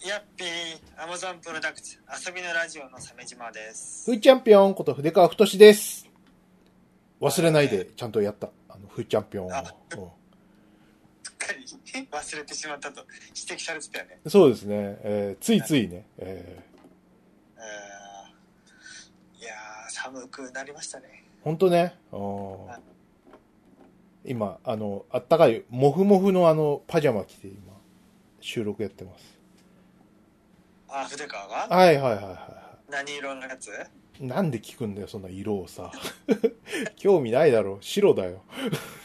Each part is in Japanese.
やっぴー、アマゾンプロダクツ、遊びのラジオの鮫島です。 フーチャンピオンこと筆川太です。忘れないで、ちゃんとやった。フーチャンピオンを。 すっかり忘れてしまったと指摘されてたよね。 そうですね。ついついね。 いやー、寒くなりましたね。 ほんとね。今、あったかい、モフモフのパジャマ着て今、収録やってます。 あ、筆川が？ はいはいはいはい。 何色のやつ？ なんで聞くんだよ、そんな色をさ。興味ないだろ。白だよ。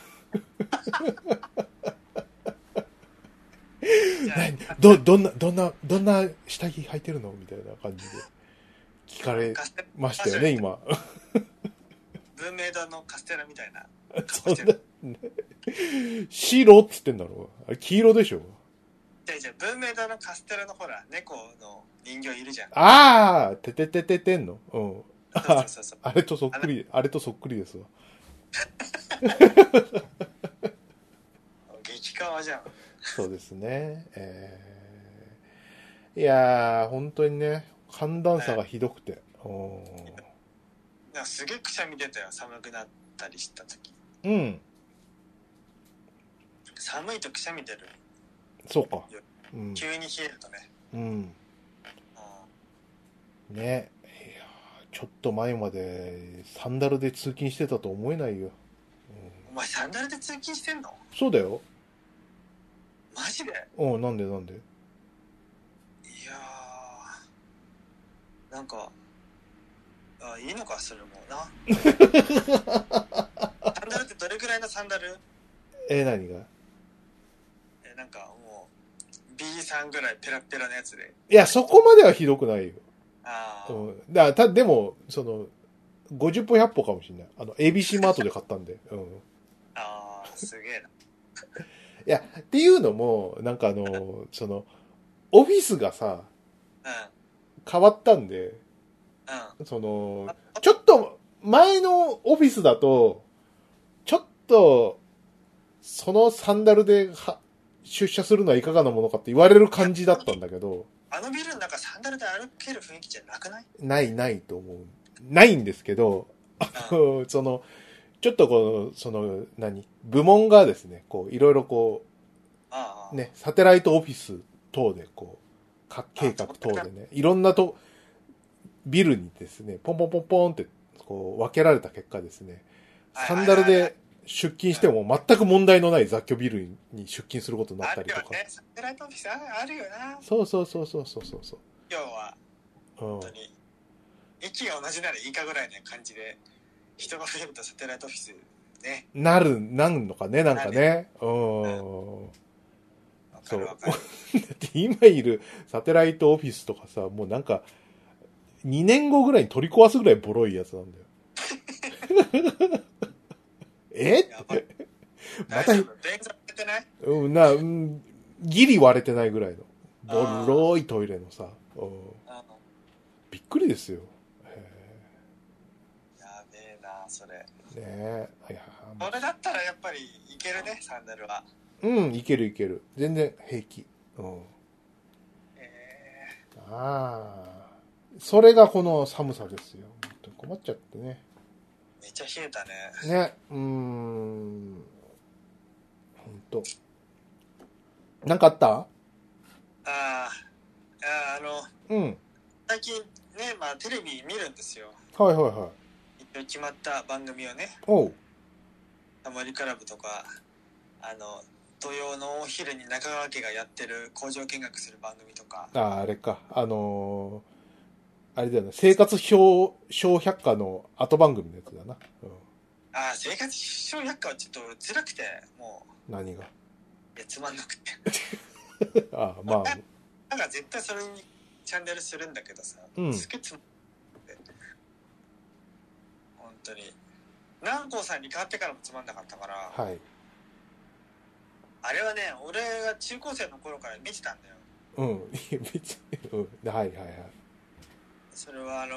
どんな下着履いてるのみたいな感じで聞かれましたよね、今。 文明堂のカステラみたいな。 そんな、ね、白っつってんだろ。あれ黄色でしょ。 じゃ文明堂のカステラのほら、猫の人形いるじゃん。 ああ、てててててんの。うん。 そう。 あれとそっくりですわ。 激カワじゃん。 そうですね。いやー、本当にね、寒暖差がひどくて。 なんかすげえくしゃみ出たよ、寒くなったりした時。 うん。 寒いとくしゃみ出る。 そうか。 うん、急に冷えるとね。 うん。ね。いやちょっと前までサンダルで通勤してたと思えないよ。 お前サンダルで通勤してんの？ そうだよ。 マジで？ なんでいやー、なんかいいのかそれもな。サンダルってどれくらいのサンダル？ 何が？ なんかもう B さんぐらいペラペラのやつで。 いや、そこまではひどくないよ。でも50歩100歩かもしれない。ABC マートで買ったんで。 すげえな。 いや、っていうのも、なんかオフィスがさ、変わったんで、ちょっと前のオフィスだと、ちょっと、そのサンダルで出社するのはいかがなものかって言われる感じだったんだけど、 あのビルの中サンダルで歩ける雰囲気じゃなくない？ ないと思う。ないんですけど、ちょっと部門がですね、いろいろね、サテライトオフィス等で計画等でね、いろんなビルにですね、ポンポンポンポンって分けられた結果ですね、サンダルで出勤しても全く問題のない雑居ビルに出勤することになったりとか。 あるよね、サテライトオフィスあるよな。 そう。 要は、本当に、駅が同じならいいかぐらいな感じで、人が増えるとサテライトオフィスね。 なんのかね、なんかね。 そう。だって今いるサテライトオフィスとかさ、もうなんか、2年後ぐらいに取り壊すぐらいボロいやつなんだよ。 また、電座出てない？ ギリ割れてないぐらいの。ボロいトイレのさ。びっくりですよ。 やべえな、それ。 ねえ。 それだったらやっぱりいけるね、サンダルは。 いける。全然平気。それがこの寒さですよ。困っちゃってね。 めっちゃ冷えたね。 ね。ほんと。なんかあった？ 最近ね、まあテレビ見るんですよ。 はい。 一応決まった番組をね。タモリクラブとか、土曜のお昼に中川家がやってる工場見学する番組とか。 あれか。あれだよね。生活小百科の後番組のやつだな。 生活小百科はちょっと辛くて、もう。 何が？ いや、つまんなくて。 まあ。 なんか絶対それにチャンネルするんだけどさ、すげえつまんなくて。本当に。南光さんに変わってからもつまんなかったから。 はい。 あれはね、俺が中高生の頃から見てたんだよ。 別に。はい。 それは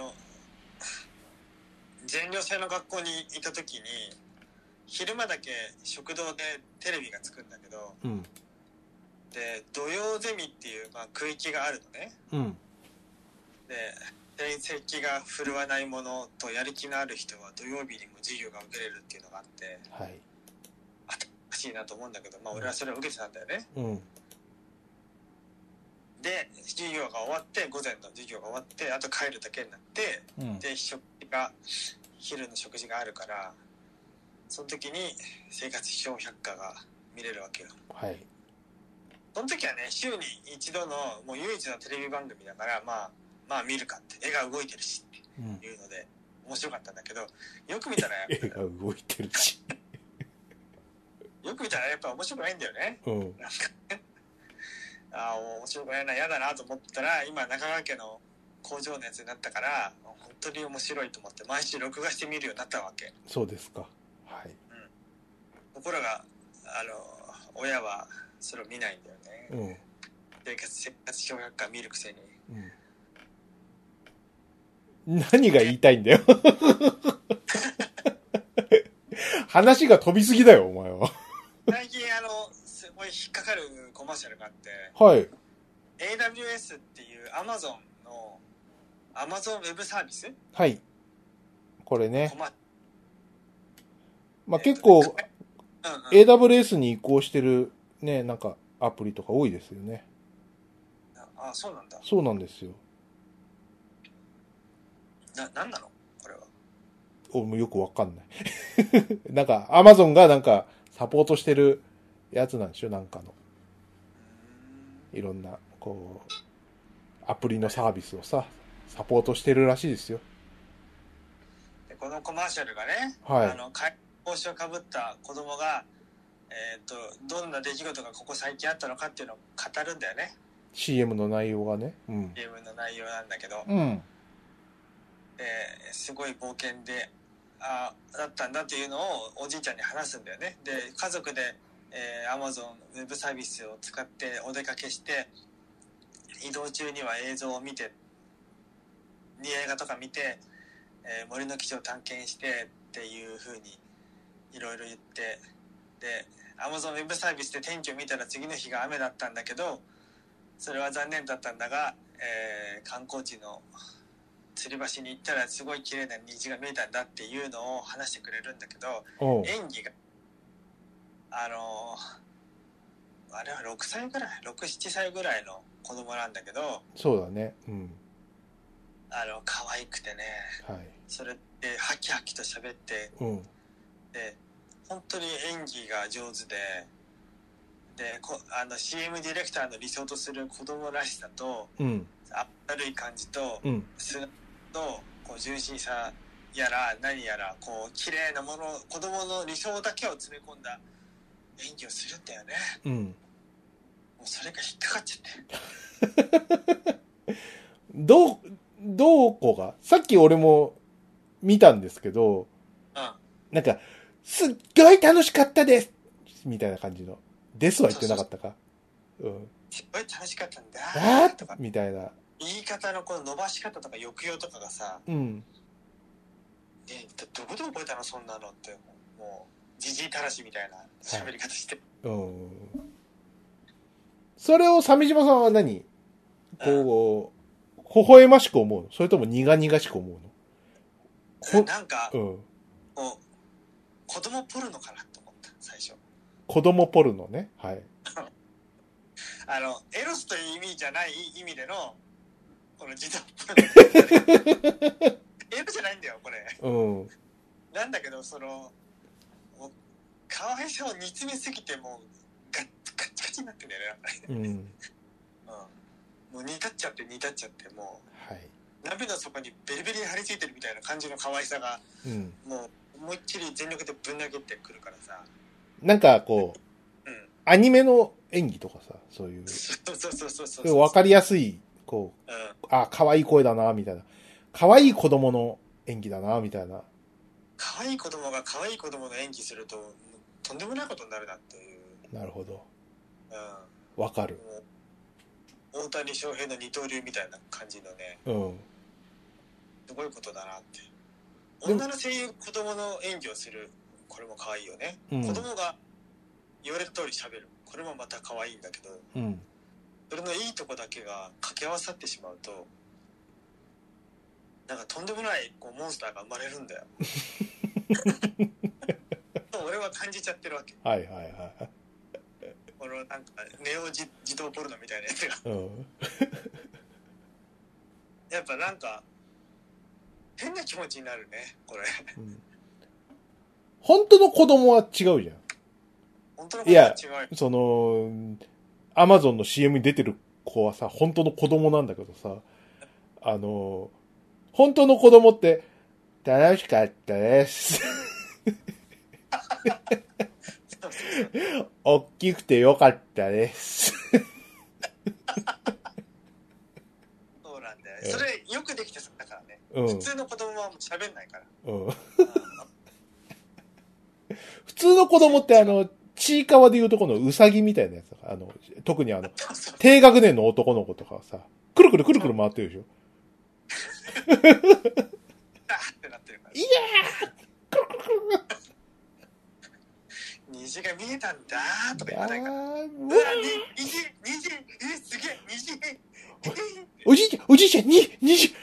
全寮制の学校にいた時に昼間だけ食堂でテレビがつくんだけど、 で土曜ゼミっていう、まあ、区域があるのね。 うん。 で成績が振るわないものとやる気のある人は土曜日にも授業が受けれるっていうのがあって、 はい、 新しいなと思うんだけど、まあ俺はそれを受けてたんだよね。 うん。 で授業が終わって、午前の授業が終わってあと帰るだけになって、うん、で昼の食事があるから、その時に生活笑百科が見れるわけよ。 はい。 その時はね、週に一度のもう唯一のテレビ番組だから、まあ見るかって、絵が動いてるしっていうので、面白かったんだけど、よく見たらやっぱ絵が動いてるしよく見たらやっぱ面白くないんだよね。 うん。 なんかね、面白くないな、嫌だなと思ったら、今中川家の工場のやつになったから、本当に面白いと思って毎週録画して見るようになったわけ。 そうですか。はい。うん。 ところが親はそれを見ないんだよね。うん。生活笑百科見るくせに。 うん。何が言いたいんだよ話が飛びすぎだよ、お前は。 最近すごい引っかかるコマーシャルがあって、 はい。 AWS っていう Amazon の Amazon ウェブサービス。 はい。これね。まあ、結構、AWS に移行してるね、なんかアプリとか多いですよね。 あ、そうなんだ。 そうなんですよ。 なんなのこれは。 俺もよくわかんないなんか Amazon がなんかサポートしてるやつなんでしょ、なんかのいろんなこうアプリのサービスをさサポートしてるらしいですよ。 でこのコマーシャルがね、 はい、 帽子をかぶった子供がどんな出来事がここ最近あったのかっていうのを語るんだよね。 CM の内容がね、 うん、CM の内容なんだけど、 うん、 すごい冒険でだったんだっていうのをおじいちゃんに話すんだよね。で家族で、Amazon ウェブサービスを使ってお出かけして、移動中には映像を見て、映画とか見て、森の基地を探検してっていう風にいろいろ言って、で Amazon ウェブサービスで天気を見たら次の日が雨だったんだけど、それは残念だったんだが、観光地の吊り橋に行ったらすごい綺麗な虹が見えたんだっていうのを話してくれるんだけど、演技があれは6歳ぐらい6、7歳ぐらいの子供なんだけど、 そうだね、うん、 可愛くてね、はい、それでハキハキと喋って、うん、で本当に演技が上手で、CM ディレクターの理想とする子供らしさと、うん、明るい感じと、うん、とこう純真さやら何やらこう綺麗なもの、子供の理想だけを詰め込んだ演技をするんだよね。うん、もうそれが引っかかっちゃってどこがさっき俺も見たんですけど、うん、なんかすっごい楽しかったですみたいな感じのですは言ってなかったか。 うん、すごい楽しかったんだとかみたいな言い方のこの伸ばし方とか抑揚とかがさ、うん、どこで覚えたのそんなのって、もうじじいたらしみたいな喋り方して、はい、うん、 それを鮫島さんは何こう、微笑ましく思うの、それとも苦々しく思うの？なんか、うん、こう子供ポルノかなと思った最初。 子供ポルノね、はい。 エロスという意味じゃない意味でのこの児童ポルノエロじゃないんだよこれ、うん、なんだけど可愛さを煮詰めすぎてもうガッチガチになってんだよね、うんうん、もう煮立っちゃってもう、はい、鍋の底にベリベリに張り付いてるみたいな感じの可愛さが、うん、もう思いっきり全力でぶん投げてくるからさ、 なんかこう、うん、アニメの演技とかさ、そういうそう分かりやすいこう、うん、可愛い声だなみたいな、可愛い子供の演技だなみたいな、 可愛い子供が可愛い子供の演技するととんでもないことになるなっていう。 なるほど、うん、分かる。 大谷翔平の二刀流みたいな感じのね、うん、すごいことだなって。女の声優子供の演技をする、これも可愛いよね、うん、子供が言われた通り喋る、 これもまた可愛いんだけど、 うん。 それのいいとこだけが掛け合わさってしまうと、なんかとんでもないこうモンスターが生まれるんだよ。俺は感じちゃってるわけ。 はいはいはい。 このなんかネオ児童ポルノみたいなやつが。 うん。 やっぱなんか変な気持ちになるね、これ。 うん、本当の子供は違うじゃん。 本当の子供は違う。 いや、その、アマゾンの CM に出てる子はさ、本当の子供なんだけどさ、本当の子供って、楽しかったです。大きくてよかったです。 そうなんだよ。それよくできてたからね。 うん、 普通の子供はもう喋んないから。うん、 普通の子供ってちいかわでいうとこのうさぎみたいなやつだから、特に低学年の男の子とかはさ、くるくるくるくる回ってるでしょ。 ってなってるから。いやー、くるくるくる。虹が見えたんだーとか言わないから。うわ、虹、すげえ、虹。 おじいちゃん、虹。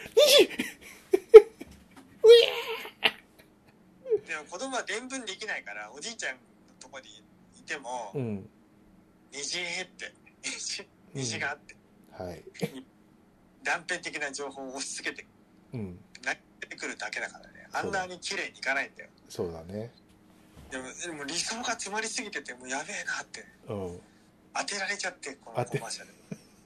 でも子供は伝聞できないから、おじいちゃんのとこにいても、 うん、 虹って虹があって、 うん、はい、 断片的な情報を押し付けて、 うん、 投げてくるだけだからね。あんなに綺麗にいかないんだよ。 そうだね。 でも理想が詰まりすぎててもうやべえなって、 うん、 当てられちゃって、このコマーシャル。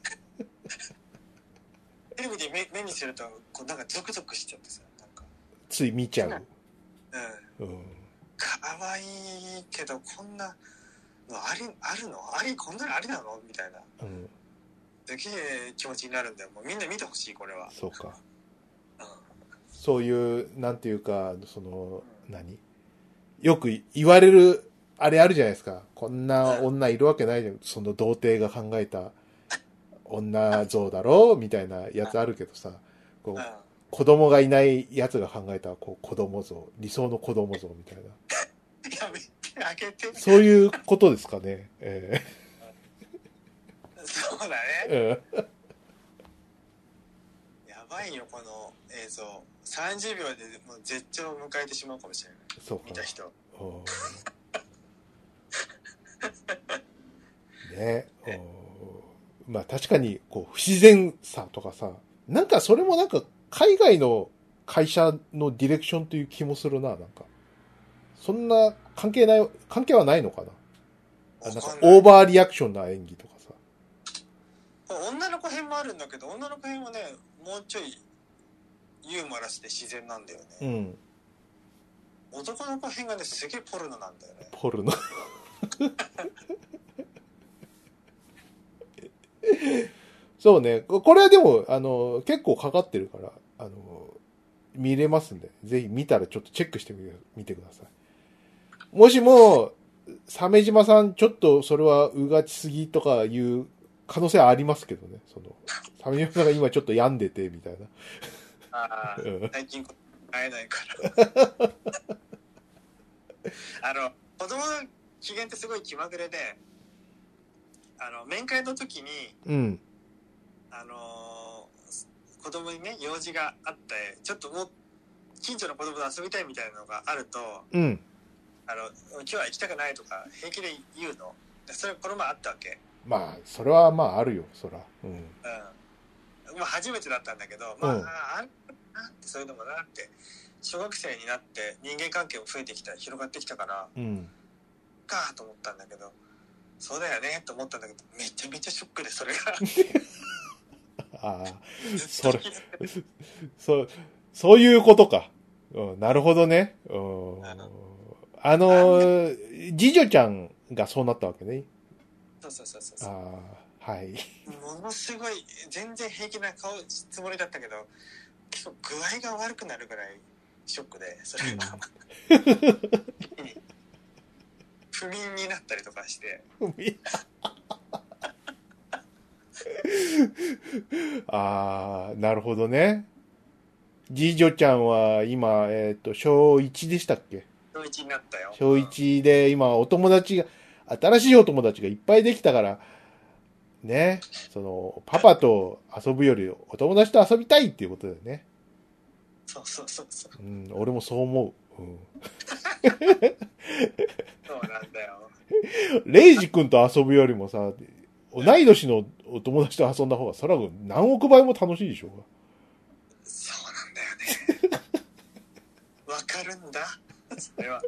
テレビで目にするとこうなんかゾクゾクしちゃってさ、なんかつい見ちゃう。 うん。かわいいけどこんなのあるの？こんなのありなの？みたいな。うん。すげえ気持ちになるんだよ。もうみんな見てほしい、これは。 そうか。 うん。 そういうなんていうか何？よく言われるあれあるじゃないですか。こんな女いるわけないじゃん。その童貞が考えた女像だろうみたいなやつあるけどさ、こう、子供がいないやつが考えたこう子供像、理想の子供像みたいな。 やめてあげて。 そういうことですかね。 そうだね。やばいよ、この映像。30秒でもう絶頂を迎えてしまうかもしれない。 そうか。 見た人。 ね。まあ確かにこう不自然さとかさ、なんかそれもなんか海外の会社のディレクションという気もするな、なんか。そんな関係はないのかな。なんかオーバーリアクションな演技とかさ。 女の子編もあるんだけど、女の子編はね、もうちょいユーモラスで自然なんだよね。うん。男の子編がね、すげえポルノなんだよね。 ポルノ。そうね。これはでも、結構かかってるから、見れますんで、ぜひ見たらちょっとチェックしてみてください。もしも、鮫島さん、ちょっとそれはうがちすぎとかいう可能性はありますけどね。鮫島さんが今ちょっと病んでて、みたいな。 ああ、最近会えないから。子供の機嫌ってすごい気まぐれで、面会の時に、 うん。 子供にね、用事があって、ちょっともう、近所の子供と遊びたいみたいなのがあると、 うん。 今日は行きたくないとか、平気で言うの。それ、この前あったわけ。 まあ、それはまああるよ、そら。うん。 うん。まあ、初めてだったんだけど、まあ、あるなって、そういうのもなって、小学生になって人間関係も増えてきた、広がってきたから、 うん。 かと思ったんだけど、そうだよねと思ったんだけど、めちゃめちゃショックで、それが。 ああ、そういうことか。うん、なるほどね。次女ちゃんがそうなったわけね。 そう。 ああ、はい。 ものすごい、全然平気なつもりだったけど、結構具合が悪くなるぐらいショックで、それが。不眠になったりとかして。 ああ、なるほどね。次女ちゃんは今、小1でしたっけ？ 小1になったよ。 小1で今お友達が、 新しいお友達がいっぱいできたから、ね、パパと遊ぶよりお友達と遊びたいっていうことだよね。 そうそうそうそう。 うん、俺もそう思う。うん、 そうなんだよ。 レイジ君と遊ぶよりもさ、同い年のお友達と遊んだ方が、それは何億倍も楽しいでしょうが。 そうなんだよね。わかるんだ。それは。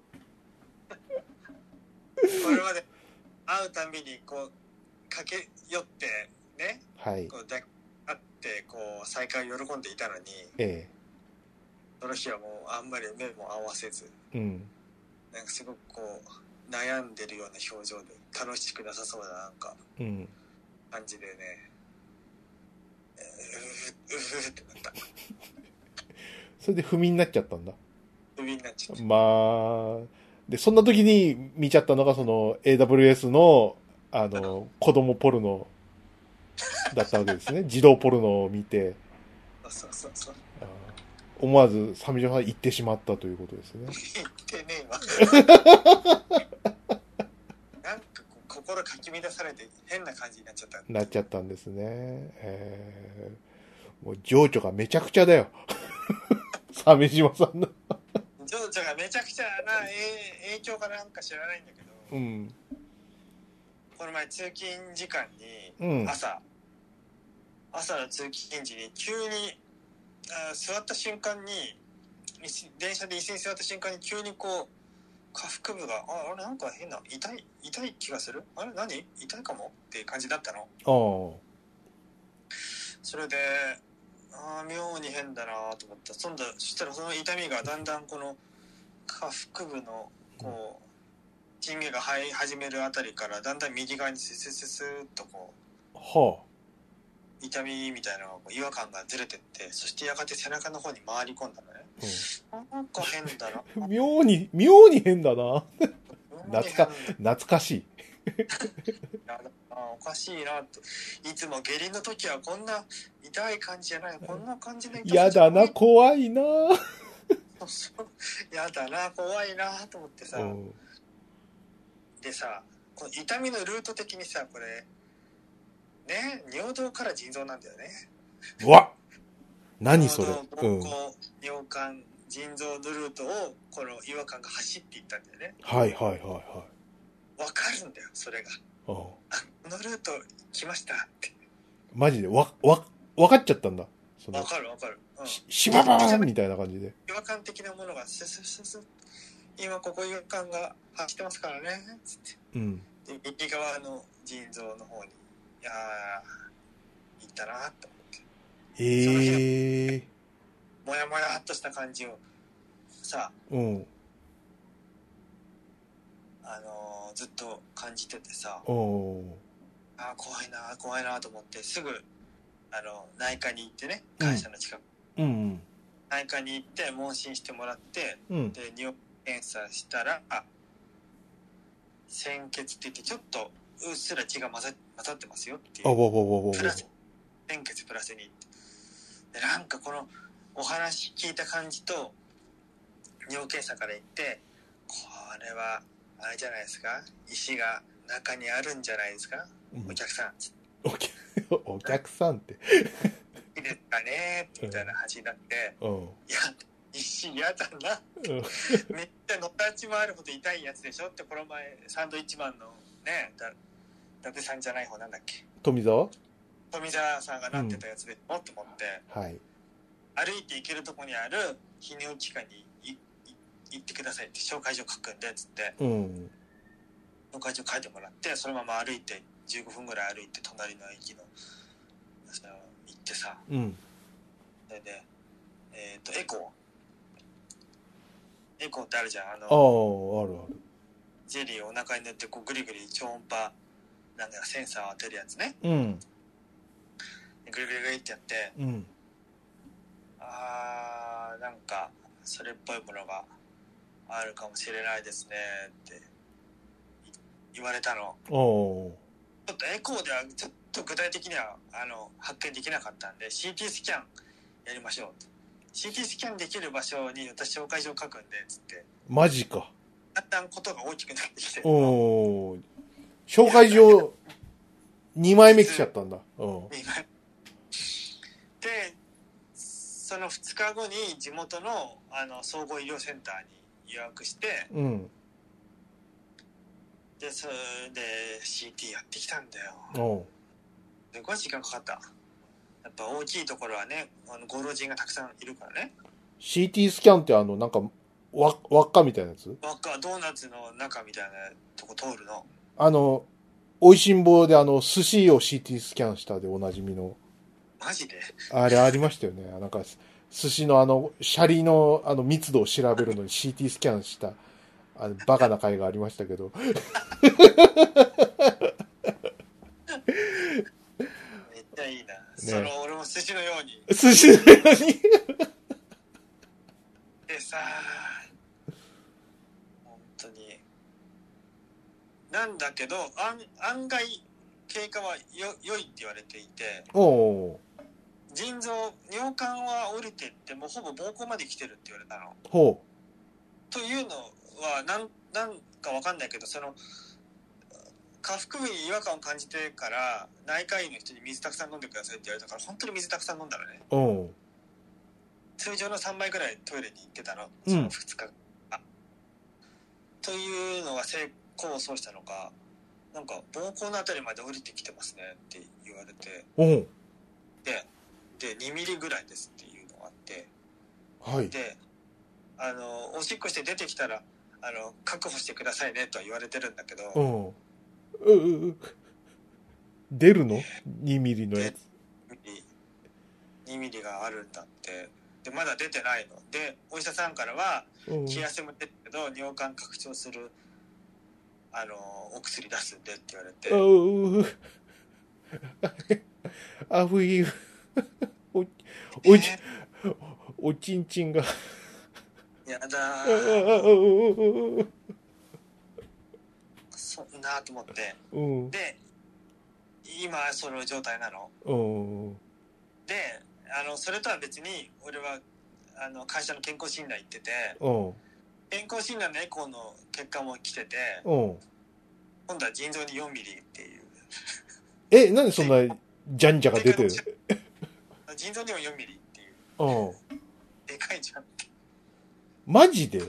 これまで会うたびにこう駆け寄ってね、 はい。 こう会ってこう再会を喜んでいたのに、 ええ。 その日はもうあんまり目も合わせず、 うん。 なんかすごくこう悩んでるような表情で楽しくなさそうななんか感じでね、うふってなった。 それで不眠になっちゃったんだ。 不眠になっちゃった。 まあ、で、そんな時に見ちゃったのが、AWS の、子供ポルノだったわけですね。児童ポルノを見て、 そうそうそう。 思わず鮫島さん行ってしまったということですね。 言ってねえわ。なんかこう心かき乱されて変な感じになっちゃった。 なっちゃったんですね。もう情緒がめちゃくちゃだよ。鮫島さんの。 情緒がめちゃくちゃな影響かなんか知らないんだけど、 うん、この前通勤時間に、 うん、 朝の通勤時に急に座った瞬間に電車で椅子に座った瞬間に急にこう下腹部があれなんか変な痛い気がする、あれ何痛いかもっていう感じだったの。それで妙に変だなと思った。そしたらその痛みがだんだんこの下腹部のこう神経が生え始めるあたりからだんだん右側にススススーっとこう、 はあ、 痛みみたいな違和感がずれてって、そしてやがて背中の方に回り込んだのね。なんか変だな。 妙に変だな。懐かしい。 おかしいなって。いつも下痢の時はこんな痛い感じじゃない。こんな感じの痛さじゃない。やだな、怖いな。 やだな、怖いなと思ってさ。でさ、この痛みのルート的にさ、これね、尿道から腎臓なんだよね。 うわ、何それ。 膀胱、尿管、腎臓のルートをこの違和感が走っていったんだよね。 はいはいはいはい。 わかるんだよ、それが。このルート来ましたって。 マジでわかっちゃったんだ。 わかる。 しばばーんみたいな感じで。 違和感的なものがスススス。今ここ違和感が走ってますからね。つって。で右側の腎臓の方に行ったなと思って。もやもやっとした感じをさ、ずっと感じててさ、怖いなと思ってすぐ内科に行ってね、会社の近く、内科に行って問診してもらって、で尿検査したら鮮血って言ってちょっとうっすら血が混ざってますよっていう。プラス鮮血プラス2で、なんかこのお話聞いた感じと尿検査から言って、これはあれじゃないですか、石が中にあるんじゃないですか、お客さんお客さんっていいですかねみたいな話になって、いや石嫌だなめっちゃのたちもあるほど痛いやつでしょって、この前サンドイッチマンのね、伊達さんじゃない方なんだっけ、富澤さんがなってたやつでと思って、歩いて行けるとこにある泌尿器科に行ってくださいって紹介状書くんでっつって、紹介状書いてもらって、そのまま歩いて15分ぐらい歩いて隣の駅の行ってさ、それでエコーってあるじゃん、あるジェリーをお腹に塗ってこうグリグリ超音波なんかセンサーを当てるやつね、グリグリグリってやって、なんかそれっぽいものがあるかもしれないですねって言われたの。ちょっとエコーではちょっと具体的には発見できなかったんで CT スキャンやりましょうと。 CT スキャンできる場所に私紹介状書くんでつって。 マジか。 だんだんことが大きくなってきて、 紹介状2枚目来ちゃったんだ。 で、その2日後に地元の総合医療センターに予約して、でそれで CT やってきたんだよ。すごい時間かかった。やっぱ大きいところはね、ご老人がたくさんいるからね。 CT スキャンってなんか輪っかみたいなやつ？ 輪っか、ドーナツの中みたいなとこ通るの。 おいしん坊で寿司を CT スキャンしたでおなじみの。 マジで？ あれありましたよね。なんか寿司のシャリの密度を調べるのに CT スキャンしたバカな回がありましたけど。めっちゃいいな。ね、俺も寿司のように。 寿司のように。 でさ、本当に。なんだけど、案外経過は良いって言われていて、腎臓、尿管は降りていってもうほぼ膀胱まで来てるって言われたの。というのはなんかわかんないけど、その下腹部に違和感を感じてから内科医の人に水たくさん飲んでくださいって言われたから、本当に水たくさん飲んだらね、通常の3倍ぐらいトイレに行ってたの、その2日、というのが成功を奏したのか、なんか膀胱のあたりまで降りてきてますねって言われて、で2ミリぐらいですっていうのがあって、でおしっこして出てきたら確保してくださいねとは言われてるんだけど、 出るの ?2 ミリのやつ。 2ミリがあるんだって。でまだ出てないので、お医者さんからは気汗も出るけど尿管拡張するお薬出すんでって言われて、 あふいおちんちんがやだそんなと思って、で今その状態なの。でそれとは別に俺は会社の健康診断行ってて、健康診断のエコーの結果も来てて、今度は腎臓に4ミリっていう。 なんでそんなじゃんじゃが出てる？ 腎臓にも4ミリっていう。でかいじゃんって。 マジで？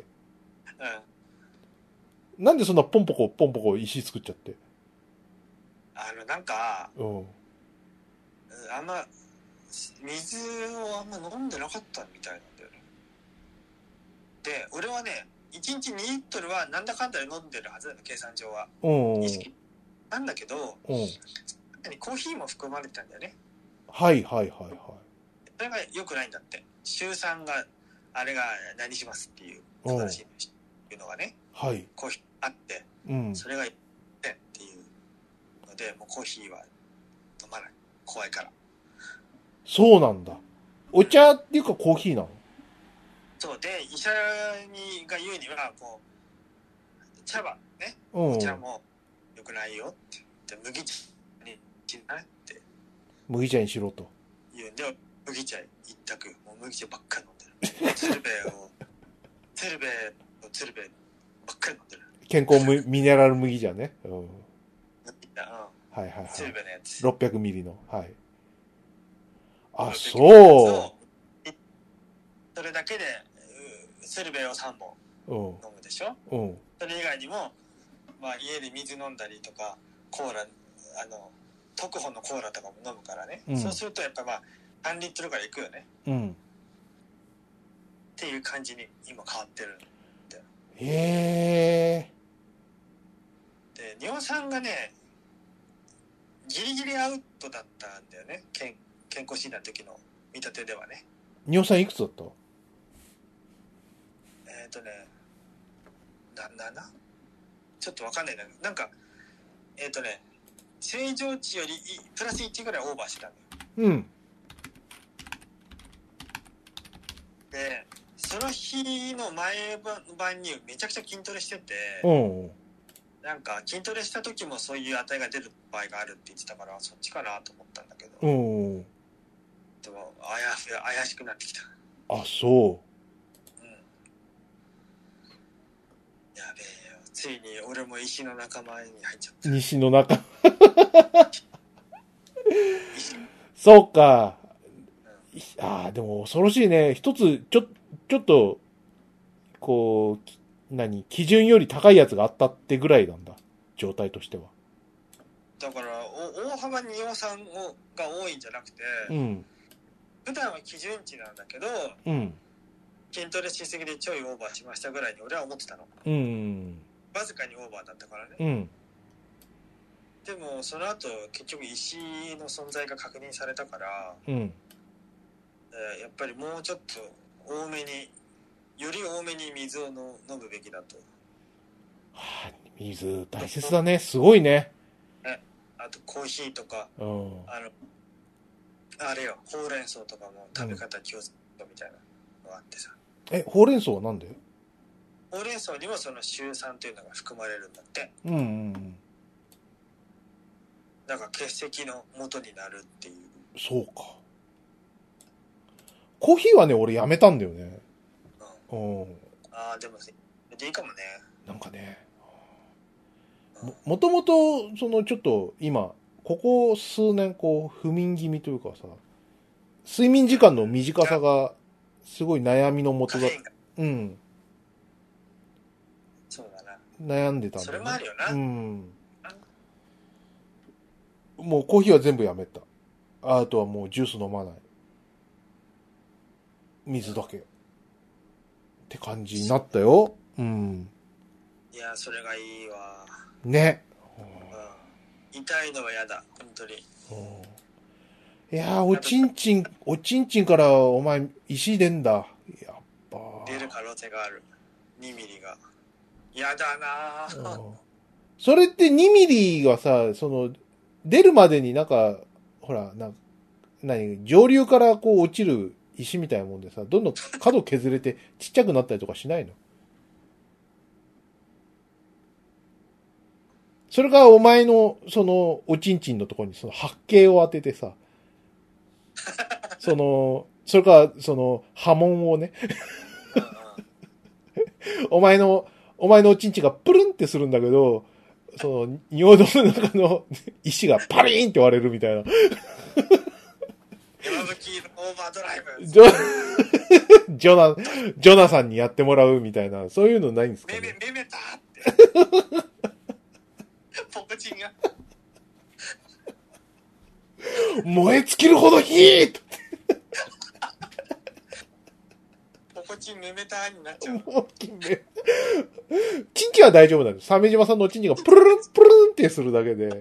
なんでそんなポンポコ石作っちゃって？ なんか、あんま水をあんま飲んでなかったみたいなんだよね。で俺はね、1日2リットルはなんだかんだで飲んでるはずなの、計算上は。意識なんだけど、コーヒーも含まれてたんだよね。それが良くないんだって。週3があれが何しますっていう素晴らしいっていうのがね、コーヒーあって、それがいいっていうので、もうコーヒーは飲まない、怖いから。 そうなんだ。お茶っていうかコーヒーなの？そうで、医者が言うにはこう茶葉ね、お茶も良くないよって言って、麦茶にしないって麦茶にしろと言うんで、麦茶一択、もう麦茶ばっかり飲んでる。鶴瓶ばっかり飲んでる。 健康ミネラル麦茶ね。 鶴瓶のやつ。 600ミリの。あ、そう。 それだけで鶴瓶を3本飲むでしょ。それ以外にも、家で水飲んだりとか、コーラ特保のコーラとかも飲むからね、そうするとやっぱ3リットルからいくよね、っていう感じに今変わってるんだよ。で尿酸がねギリギリアウトだったんだよね、健康診断の時の見立てではね。 尿酸いくつだった？ なんだちょっとわかんないな。なんか正常値よりプラス1ぐらいオーバーしてたんだよ。でその日の前晩にめちゃくちゃ筋トレしてて、なんか筋トレした時もそういう値が出る場合があるって言ってたから、そっちかなと思ったんだけど、でも怪しくなってきた。あ、そう。やべえついに俺も石の仲間に入っちゃった。 西の仲間。そうか。ああ、でも恐ろしいね。一つ、ちょっと、こう、基準より高いやつがあったってぐらいなんだ。状態としては。 だから、大幅に尿酸が多いんじゃなくて、 うん。 普段は基準値なんだけど、 うん。 筋トレしすぎでちょいオーバーしましたぐらいに俺は思ってたの。 うん。 わずかにオーバーだったからね。 うん。 でも、その後、結局石の存在が確認されたから、 うん。 やっぱりもうちょっと多めに、より多めに水を飲むべきだと。 はあ、水大切だね。すごいね。 あとコーヒーとか、 うん。 あれよ、ほうれん草とかも食べ方気をつけろみたいなのがあってさ。 ほうれん草はなんで？ ほうれん草にもそのシュウ酸というのが含まれるんだって。 うんうんうん。 だから結石の元になるっていう。 そうか。コーヒーはね、俺やめたんだよね。うん。 ああ、でも、いいかもね。 なんかね。もともと、ちょっと、今、ここ数年、不眠気味というかさ、睡眠時間の短さが、すごい悩みのもとだ。うん。 そうだな。 悩んでたんだよね。それもあるよな。 うん。もうコーヒーは全部やめた。あとはもうジュース飲まない。水だけ。って感じになったよ。うん。 いや、それがいいわ。 ね。 痛いのは嫌だ、本当に。 いやー、おちんちんからお前、石出んだ。やっぱ。 出る可能性がある。2ミリが。嫌だなぁ。 それって2ミリがさ、出るまでにほら、上流から落ちる石みたいなもんでさ、どんどん角削れてちっちゃくなったりとかしないの？それがお前の、おちんちんのところに八景を当ててさ、それか、波紋をね、お前のおちんちんがプルンってするんだけど、尿道の中の石がパリーンって割れるみたいな。 今時オーバードライブ。 ジョナさんにやってもらうみたいな、そういうのないんですかね。 めめたって。ポコチンが。 燃え尽きるほどヒートポコチンめめたになっちゃう。 チンチンは大丈夫なんです。鮫島さんのチンチンがプルルンプルルンってするだけで。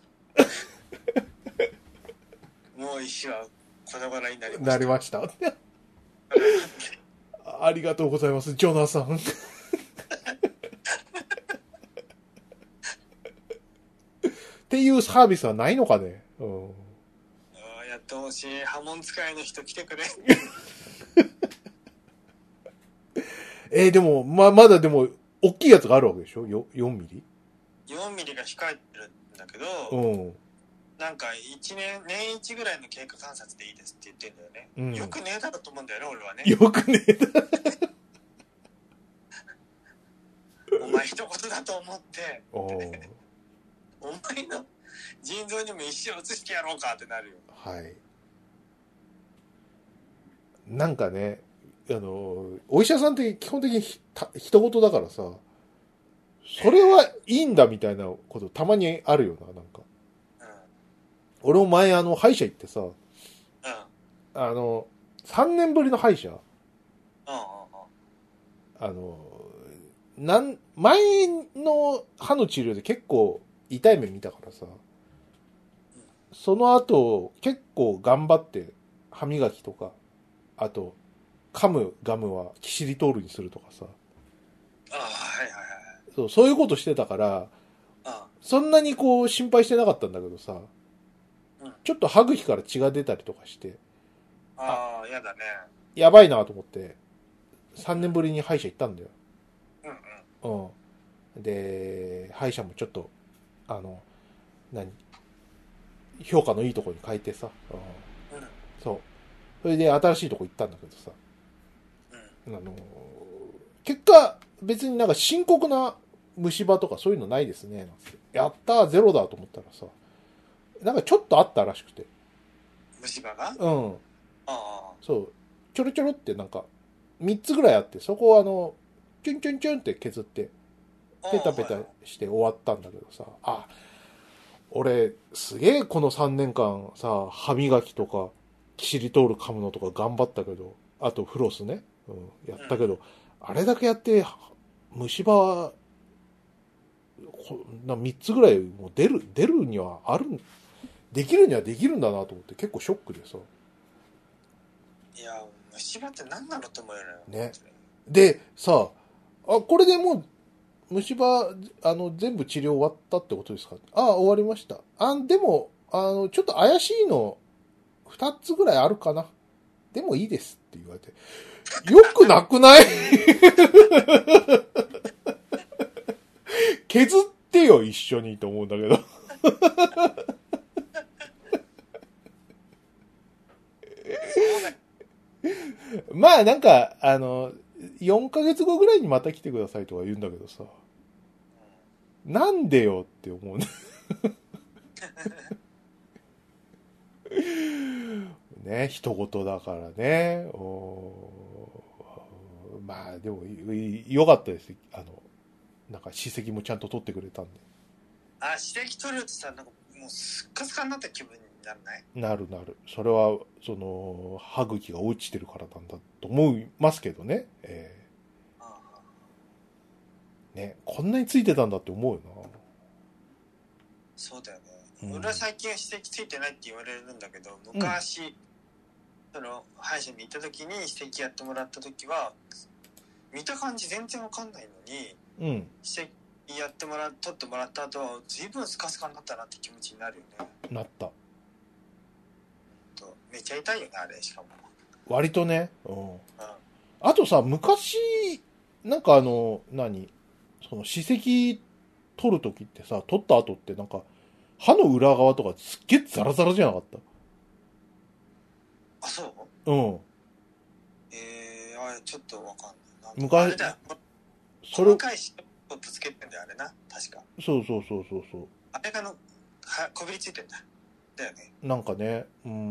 もう石は粉々になりました。 なりました。ありがとうございます、ジョナさん。っていうサービスはないのかね。 やってほしい。波紋使いの人来てくれ。 でも、まだでも、大きいやつがあるわけでしょ？ 4 ミリ ?4 ミリが控えてるんだけど、なんか年1ぐらいの経過観察でいいですって言ってんだよね。よくねえだろと思うんだよね、俺はね。 よくねえだ。 お前一言だと思って、お前の腎臓にも石を移してやろうかってなるよ。 はい。なんかね、お医者さんって基本的に人事だからさ、それはいいんだみたいなことたまにあるよな、なんか。俺も前歯医者行ってさ、3年ぶりの歯医者。前の歯の治療で結構痛い目見たからさ、その後結構頑張って歯磨きとか、あと噛むガムはキシリトールにするとかさ、そういうことしてたから、そんなに心配してなかったんだけどさ、ちょっと歯茎から血が出たりとかして、 やだね。 やばいなと思って、3年ぶりに歯医者行ったんだよ。で、歯医者もちょっと、評価のいいところに変えてさ、そう。それで新しいとこ行ったんだけどさ、結果、別になんか深刻な虫歯とかそういうのないですね。なんてやったー、ゼロだと思ったらさ、なんかちょっとあったらしくて。 虫歯が。 うん。 ああ。 そう。ちょろちょろってなんか、3つぐらいあって、そこをチュンチュンチュンって削って、ペタペタして終わったんだけどさ、あ、俺、すげえこの3年間さ、歯磨きとか、キシリトール噛むのとか頑張ったけど、あとフロスね、うん、やったけど、あれだけやって、虫歯、3つぐらいもう出るにはある、できるにはできるんだなと思って結構ショックでさ。 いや、虫歯って何なのと思うよね。で、さ、これでもう、虫歯、全部治療終わったってことですか？終わりました。でも、ちょっと怪しいの、2つぐらいあるかな。でもいいですって言われて。よくなくない？削ってよ、一緒にと思うんだけど。まあなんか、4ヶ月後ぐらいにまた来てくださいとか言うんだけどさ。なんでよって思うね。ね、人事だからね。まあでも、良かったです。なんか歯石もちゃんと取ってくれたんで。 歯石取るとさ、なんかもうスッカスカになった気分にならない？ なる。それは、歯茎が落ちてるからなんだと思いますけどね。ね、こんなについてたんだって思うよな。 そうだよね。俺は最近は歯石ついてないって言われるんだけど、昔、歯医者に行った時に歯石やってもらった時は、見た感じ全然わかんないのに、歯石取ってもらった後は、随分スカスカになったなって気持ちになるよね。 なった。 めっちゃ痛いよね、あれ、しかも。 割とね。あとさ、昔、なんかその歯石取るときってさ、取った後ってなんか、歯の裏側とかすっげえザラザラじゃなかった？ あ、そう？ちょっとわかんないな。昔、あれだよ。細かいしをぶつけてんだよ、あれな。確か。 そう。 あれがこびりついてんだ。だよね。 なんかね、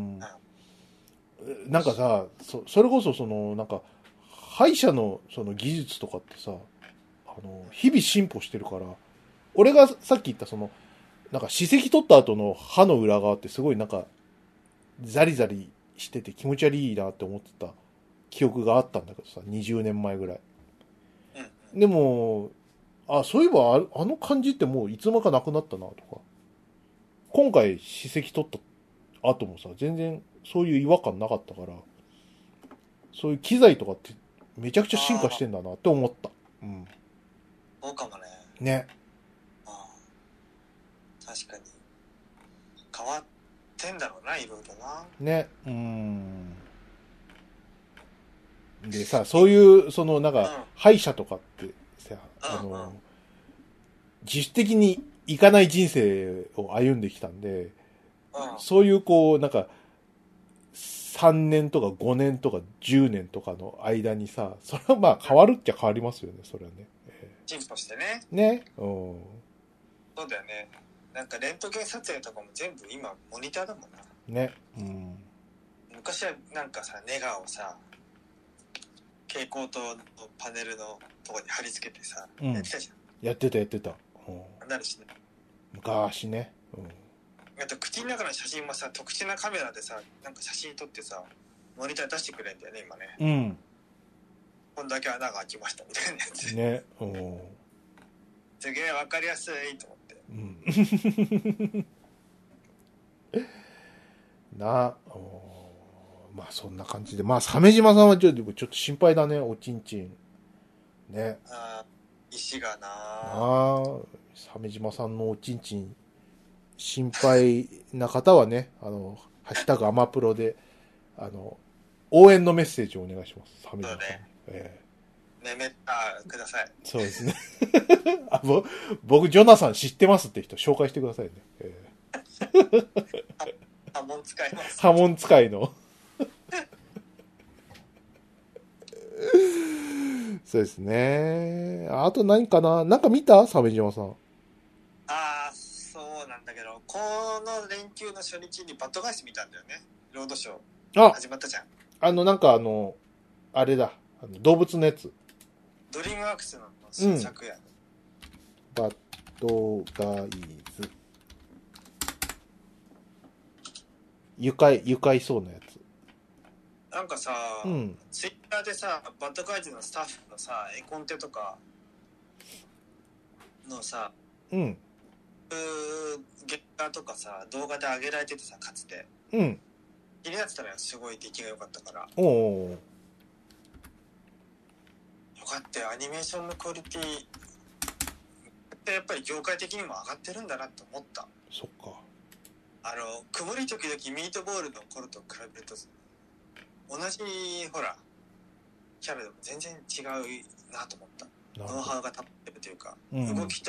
なんかさ、それこそなんか、歯医者のその技術とかってさ、日々進歩してるから、俺がさっき言ったなんか歯石取った後の歯の裏側ってすごいなんか、ザリザリしてて気持ち悪いなって思ってた記憶があったんだけどさ、20年前ぐらい。でも、そういえばあの感じってもういつまかなくなったなとか。今回歯石取った後もさ、全然そういう違和感なかったから、そういう機材とかってめちゃくちゃ進化してんだなって思った。 そうかもね。 ね。 確かに。変わってんだろうな、いろいろな。 ね。でさ、そういう、なんか、歯医者とかってさ、自主的に行かない人生を歩んできたんで、そういうなんか、3年とか5年とか10年とかの間にさ、それはまあ変わるっちゃ変わりますよね、それはね。 進歩してね。 ね。 そうだよね。なんかレントゲン撮影とかも全部今モニターだもんな。 ね。 昔はなんかさ、ネガをさ、蛍光灯のパネルのとこに貼り付けてさ、やってたじゃん。 やってた。 なるしね。 昔ね。 あと口の中の写真もさ、特殊なカメラでさ、なんか写真撮ってさ、モニター出してくれるんだよね、今ね。こんだけ穴が開きましたみたいなやつ。ね。すげえわかりやすいと思って。 まあそんな感じで。まあ、鮫島さんはちょっと心配だね、おちんちん。ね。 石がな鮫島さんのおちんちん、心配な方はね、ハッシュタグアマプロで、応援のメッセージをお願いします。鮫島さん。 ください。 そうですね。僕、ジョナサン知ってますって人紹介してくださいね。 波紋使います。 波紋使いの。 そうですね。あと何かな、なんか見た鮫島さん。 ああ、そうなんだけど、この連休の初日にバッドガイス見たんだよね。ロードショーあ、 始まったじゃん。 なんかあれだ。動物のやつ。 ドリームワークスの新作や、 バッドガイズ。愉快そうなやつ。 なんかさ、 うん。 ツイッターでさ、バッドガイズのスタッフのさ、絵コンテとかのさ、 うん。 ゲッターとかさ、動画で上げられててさ、かつて。 うん。 気になってたらすごい出来が良かったから。 おー。 よかったよ、アニメーションのクオリティってやっぱり業界的にも上がってるんだなって思った。 そっか。 曇り時々ミートボールの頃と比べると、同じ、ほら、キャラでも全然違うなと思った。ノウハウが立ってるというか、 うん、 動きと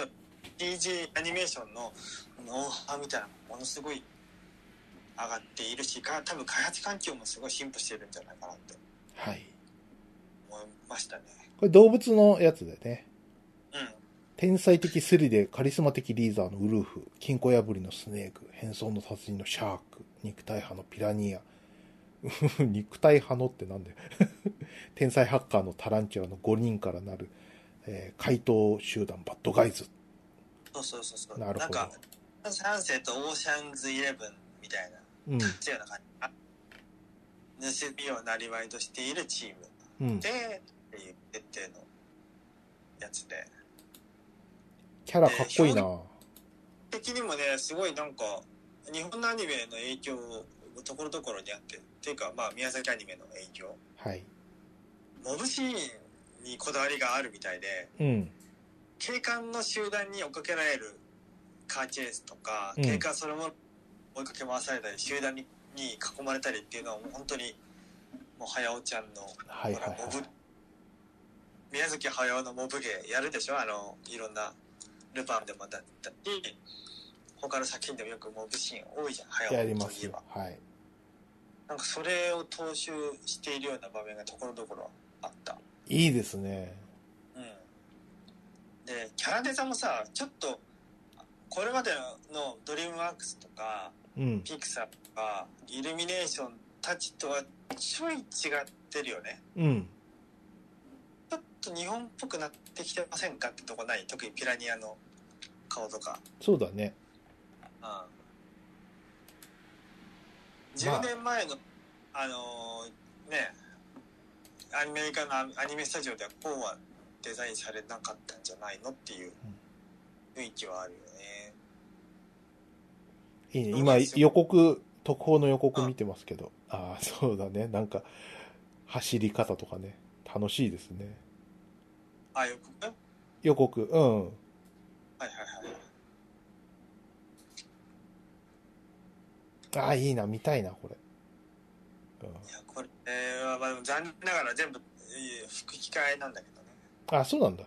CG アニメーションのノウハウみたいなのものすごい上がっているし、多分開発環境もすごい進歩してるんじゃないかなって思いましたね。 これ動物のやつでね。 うん。 天才的スリでカリスマ的リーザーのウルフ、金庫破りのスネーク、変装の殺人のシャーク、肉体派のピラニア。肉体派のってなんだよ。天才ハッカーのタランチュラの5人からなる、怪盗集団バッドガイズ。 そう。 なるほど。 なんか、3世とオーシャンズイレブンみたいな、 うん、 ような感じ。盗みをなりわいとしているチームで、っていう設定のやつで。 キャラかっこいいな。 的にもね、すごいなんか、日本のアニメの影響をところどころにあって、っていうか、まあ、宮崎アニメの影響。 はい。 モブシーンにこだわりがあるみたいで、 うん。 警官の集団に追っかけられるカーチェイスとか、警官それも追いかけ回されたり、集団に囲まれたりっていうのはもう本当に、もう早尾ちゃんの、モブ、宮崎駿のモブ芸やるでしょ、いろんなルパンでもだったり、他の作品でもよくモブシーン多いじゃん、早尾といえば。やりますよ。はい。なんかそれを踏襲しているような場面がところどころあった。 いいですね。 うん。で、キャラデザもさ、ちょっと、これまでのドリームワークスとか、ピクサーとか、イルミネーションたちとはちょい違ってるよね。うん。ちょっと日本っぽくなってきてませんかってとこない？特にピラニアの顔とか。 そうだね。 うん。10年前の、ね、アメリカのアニメスタジオではこうはデザインされなかったんじゃないのっていう雰囲気はあるよね。いいね。今予告、特報の予告見てますけど。ああ、そうだね。なんか、走り方とかね。楽しいですね。 あ、予告？ 予告、うん。 はい。 ああ、いいな、見たいな、これ。 いや、これは、まあ、残念ながら全部吹き替えなんだけどね。 あ、そうなんだ。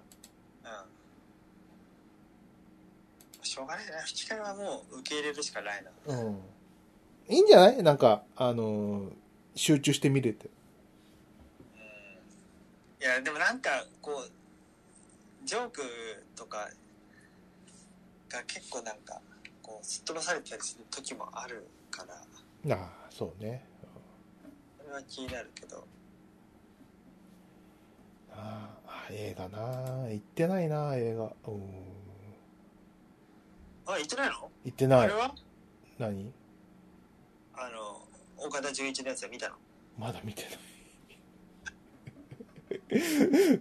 しょうがないな。吹き替えはもう受け入れるしかないな。 うん。いいんじゃない？なんか、集中して見れて。 いや、でもなんか、こう、ジョークとかが結構なんか、こう、すっ飛ばされたりする時もあるから。 ああ、そうね。 それは気になるけど。 ああ、映画な。行ってないな、映画。 あ、行ってないの？ 行ってない。 あれは？ 何？ 岡田准一のやつは見たの？ まだ見てない。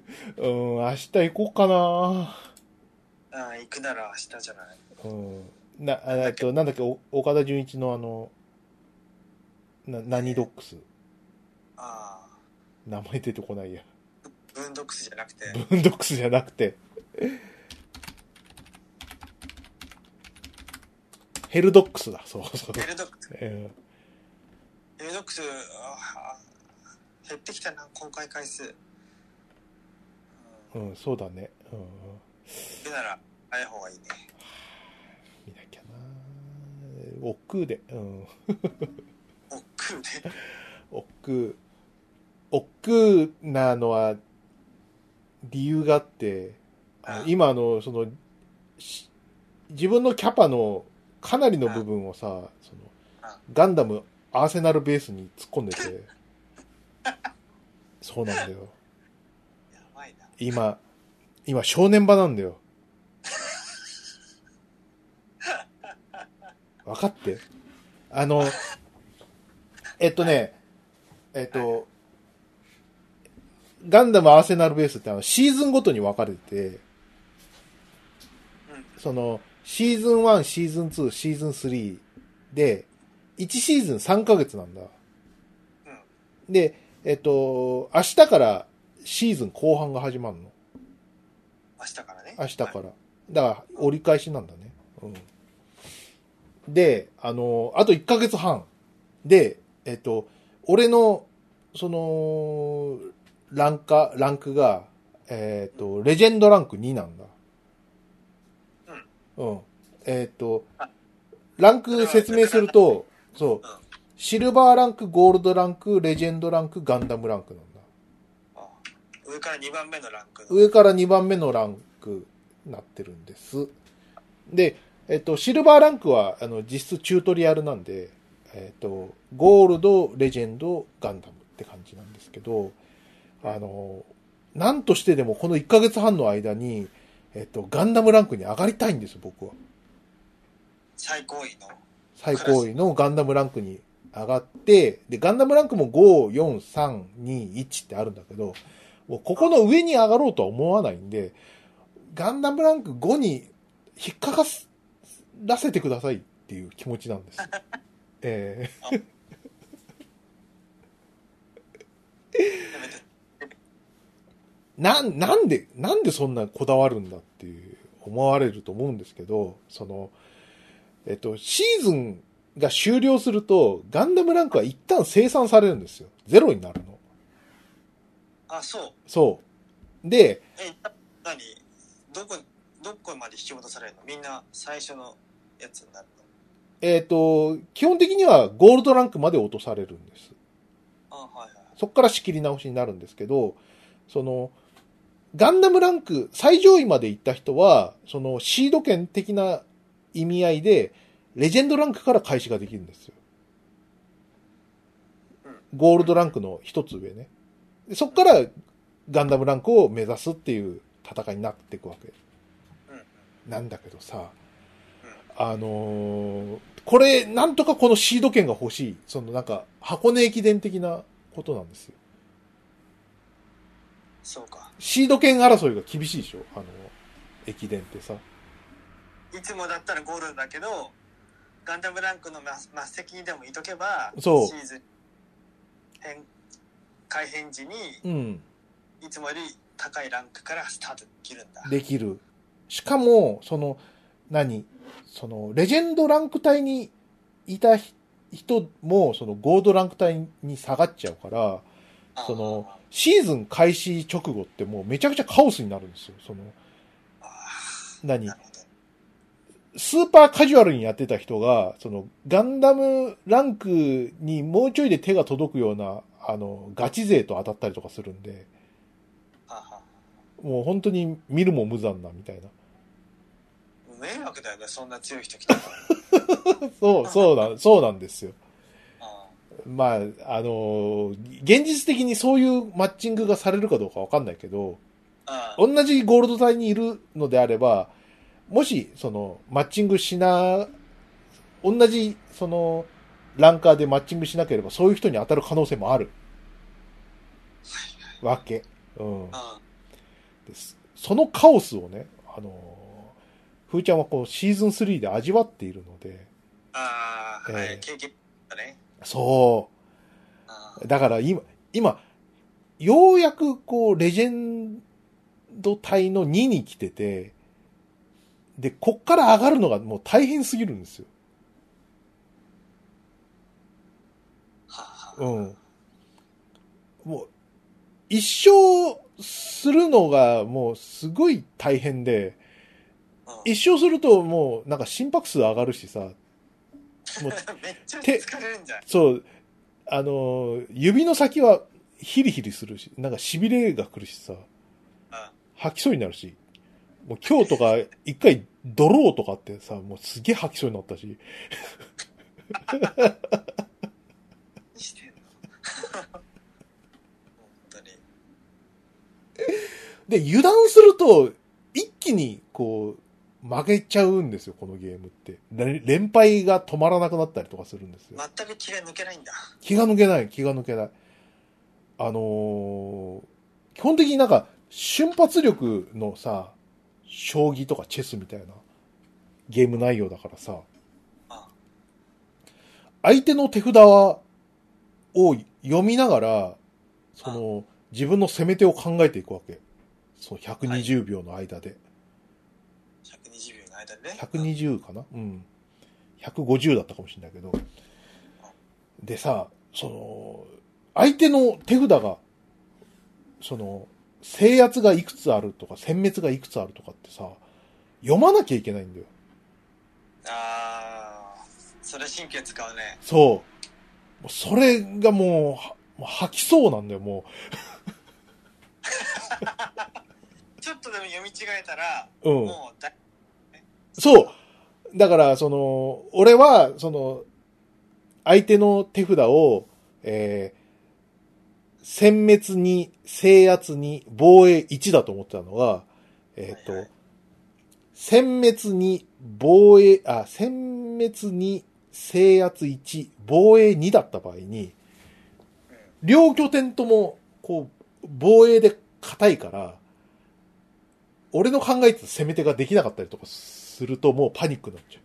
明日行こうかな。 ああ、行くなら明日じゃない。 なんだっけ、岡田准一の何ドックス。 ああ。 名前出てこないや。 ブーンドックスじゃなくて。 ブーンドックスじゃなくて。ヘルドックスだ。そう。 ヘルドックス。ヘルドックス、減ってきたな、公開回数。 うん、そうだね。 でなら、早い方がいいね。 見なきゃな。億劫で。 億劫で。 億劫なのは、 理由があって、 うん今自分のキャパのかなりの部分をさ、ガンダムアーセナルベースに突っ込んでて、そうなんだよ。 やばいな。 今正念場なんだよ。分かって。ガンダムアーセナルベースってシーズンごとに分かれてて、シーズン1、シーズン2、シーズン3で、1シーズン3ヶ月なんだ。で、明日からシーズン後半が始まるの。 明日からね。 明日から。だから、折り返しなんだね。で、あと1ヶ月半。で、俺の、ランクが、レジェンドランク2なんだ。ランク説明すると、そう、シルバーランク、ゴールドランク、レジェンドランク、ガンダムランクなんだ。 上から2番目のランク。 上から2番目のランクになってるんです。で、シルバーランクは、実質チュートリアルなんで、ゴールド、レジェンド、ガンダムって感じなんですけど、なんとしてでもこの1ヶ月半の間に、ガンダムランクに上がりたいんです、僕は。 最高位のガンダムランクに上がって、で、ガンダムランクも5、4、3、2、1ってあるんだけど、もうここの上に上がろうとは思わないんで、ガンダムランク5に引っかからせてくださいっていう気持ちなんです。なんでそんなこだわるんだっていう思われると思うんですけど、シーズンが終了すると、ガンダムランクは一旦生産されるんですよ。ゼロになるの。 あ、そう。 そう。で、 何どこまで引き戻されるの？みんな最初のやつになるの？基本的にはゴールドランクまで落とされるんです。 はいはい。 そこから仕切り直しになるんですけど、ガンダムランク最上位まで行った人は、シード権的な意味合いで、レジェンドランクから開始ができるんですよ。ゴールドランクの一つ上ね。でそこからガンダムランクを目指すっていう戦いになっていくわけ。なんだけどさ、これ、なんとかこのシード権が欲しい。箱根駅伝的なことなんですよ。 そうか。 シード権争いが厳しいでしょ？駅伝ってさ。 いつもだったらゴールドだけど、ガンダムランクの末席にでもいとけば、 そうシーズン改編時に、いつもより高いランクからスタートできるんだ。 できる。しかも、レジェンドランク帯にいた人も、ゴールドランク帯に下がっちゃうから、シーズン開始直後ってもうめちゃくちゃカオスになるんですよ。スーパーカジュアルにやってた人が、ガンダムランクにもうちょいで手が届くような、ガチ勢と当たったりとかするんで、もう本当に見るも無残なみたいな。 迷惑だよね、そんな強い人来たら。 そうなんですよ。まあ、現実的にそういうマッチングがされるかどうかわかんないけど、同じゴールド帯にいるのであれば、もし、マッチング同じ、ランカーでマッチングしなければ、そういう人に当たる可能性もある。わけ。そのカオスをね、ふーちゃんはシーズン3で味わっているので。 経験だね。 そう。だから今、ようやくレジェンド帯の2に来てて、で、こっから上がるのがもう大変すぎるんですよ。もう、一生するのがもうすごい大変で、一生するともう心拍数上がるしさ、もうめっちゃ疲れるんじゃん。 そう、指の先はヒリヒリするし、痺れが来るしさ、 吐きそうになるし、もう今日とか一回ドローとかってさ、もうすげえ吐きそうになったし。 してんの本当に。 で、油断すると、一気にこう、負けちゃうんですよ、このゲームって。連敗が止まらなくなったりとかするんですよ。 全く気が抜けないんだ。 気が抜けない。基本的になんか、瞬発力のさ、将棋とかチェスみたいなゲーム内容だからさ、相手の手札を読みながら、自分の攻め手を考えていくわけ。その120秒の間で。 120秒の間でね。 120かな、うん。150だったかもしれないけど。でさ、相手の手札が、制圧がいくつあるとか、殲滅がいくつあるとかってさ、読まなきゃいけないんだよ。 それ神経使うね。 そう。それがもう吐きそうなんだよ、もう。 ちょっとでも読み違えたら、 うん。 もうそう。だから、俺は、相手の手札を、殲滅に、制圧に、防衛1だと思ってたのが、殲滅に、殲滅に、制圧1、防衛2だった場合に、両拠点とも、こう、防衛で硬いから、俺の考えてた攻め手ができなかったりとかすると、もうパニックになっちゃ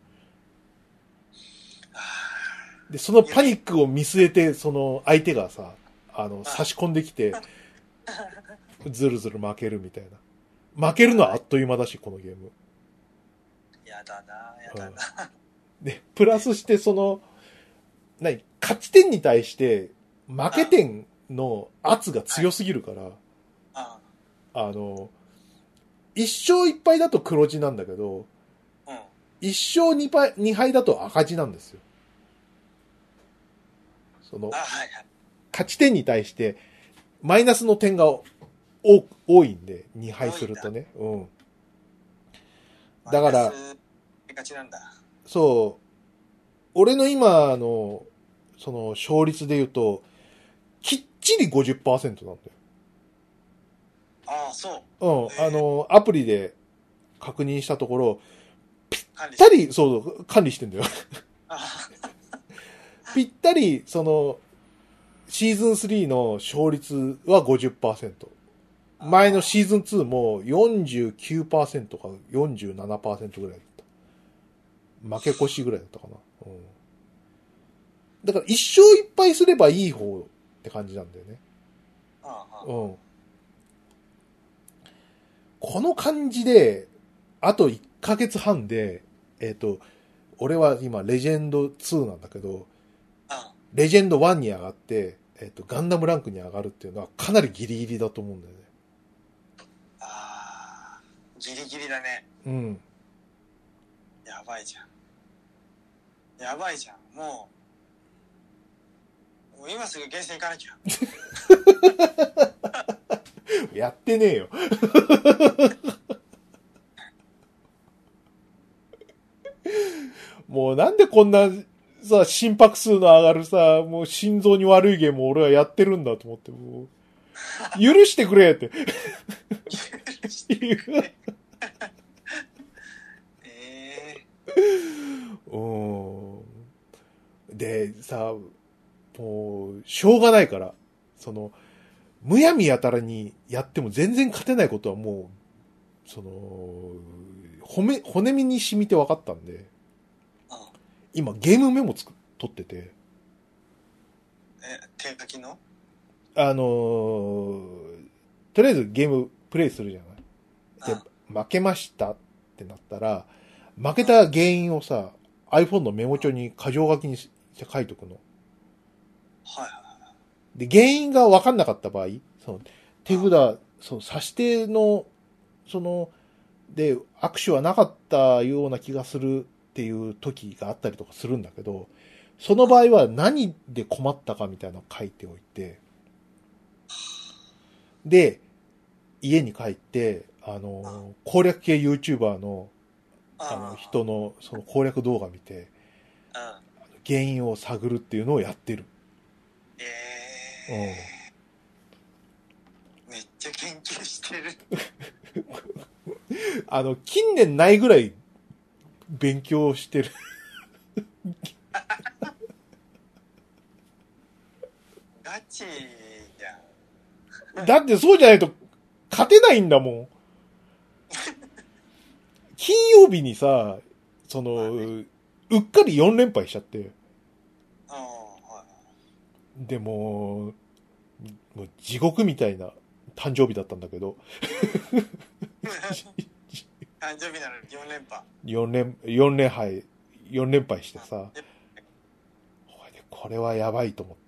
う。で、そのパニックを見据えて、相手がさ、差し込んできて、ずるずる負けるみたいな。負けるのはあっという間だし、このゲーム。 やだな。 で、プラスして勝ち点に対して負け点の圧が強すぎるから、一勝一敗だと黒字なんだけど、一勝二敗だと赤字なんですよ。勝ち点に対してマイナスの点が多いんで、2敗するとね。うん。だから、そう、俺の今の、勝率で言うと、きっちり 50% なんだよ。 そう。 アプリで確認したところ、ぴったり、そう、管理してんだよ。ぴったり、シーズン3の勝率は 50%。前のシーズン2も 49% か 47% ぐらいだった。負け越しぐらいだったかな。うん。だから一勝一敗すればいい方って感じなんだよね。うん。この感じで、あと1ヶ月半で、俺は今レジェンド2なんだけど、レジェンド1に上がって、ガンダムランクに上がるっていうのはかなりギリギリだと思うんだよね。 ギリギリだね。 うん。 やばいじゃん。もう今すぐゲーセン行かなきゃ。 やってねえよ。もうなんでこんなさ、心拍数の上がるさ、もう心臓に悪いゲームを俺はやってるんだと思って、もう、許してくれって。許してくれ。で、さ、もう、しょうがないから、むやみやたらにやっても全然勝てないことはもう、骨身に染みて分かったんで、今ゲームメモ取ってて。 手書きの？ とりあえずゲームプレイするじゃない。で、負けましたってなったら、負けた原因をさ、iPhone のメモ帳に箇条書きにして書いとくの。で、原因が分かんなかった場合、手札、指し手の、で、握手はなかったような気がするっていう時があったりとかするんだけど、その場合は何で困ったかみたいなのを書いておいて、で、家に帰って、 攻略系 YouTuber の、人のその攻略動画見て、原因を探るっていうのをやってる。 めっちゃ研究してる。 近年ないぐらい勉強してる。 ガチじゃん。だってそうじゃないと勝てないんだもん。金曜日にさ、うっかり4連敗しちゃって。でもう地獄みたいな誕生日だったんだけど。 誕生日なのに4連覇。 4連敗してさ。これはやばいと思って。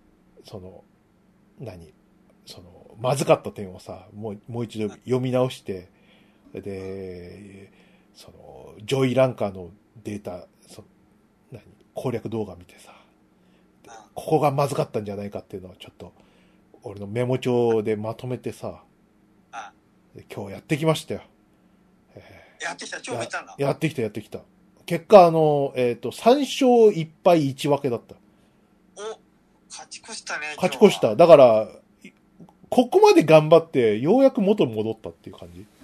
まずかった点をさ、もう一度読み直して、で、上位ランカーのデータ、攻略動画見てさ、ここがまずかったんじゃないかっていうのをちょっと、俺のメモ帳でまとめてさ、今日やってきましたよ。 やってきた、今日見たんだ。 やってきた。結果、3勝1敗1分けだった。 勝ち越したね。 勝ち越した。だから、ここまで頑張って、ようやく元に戻ったっていう感じ。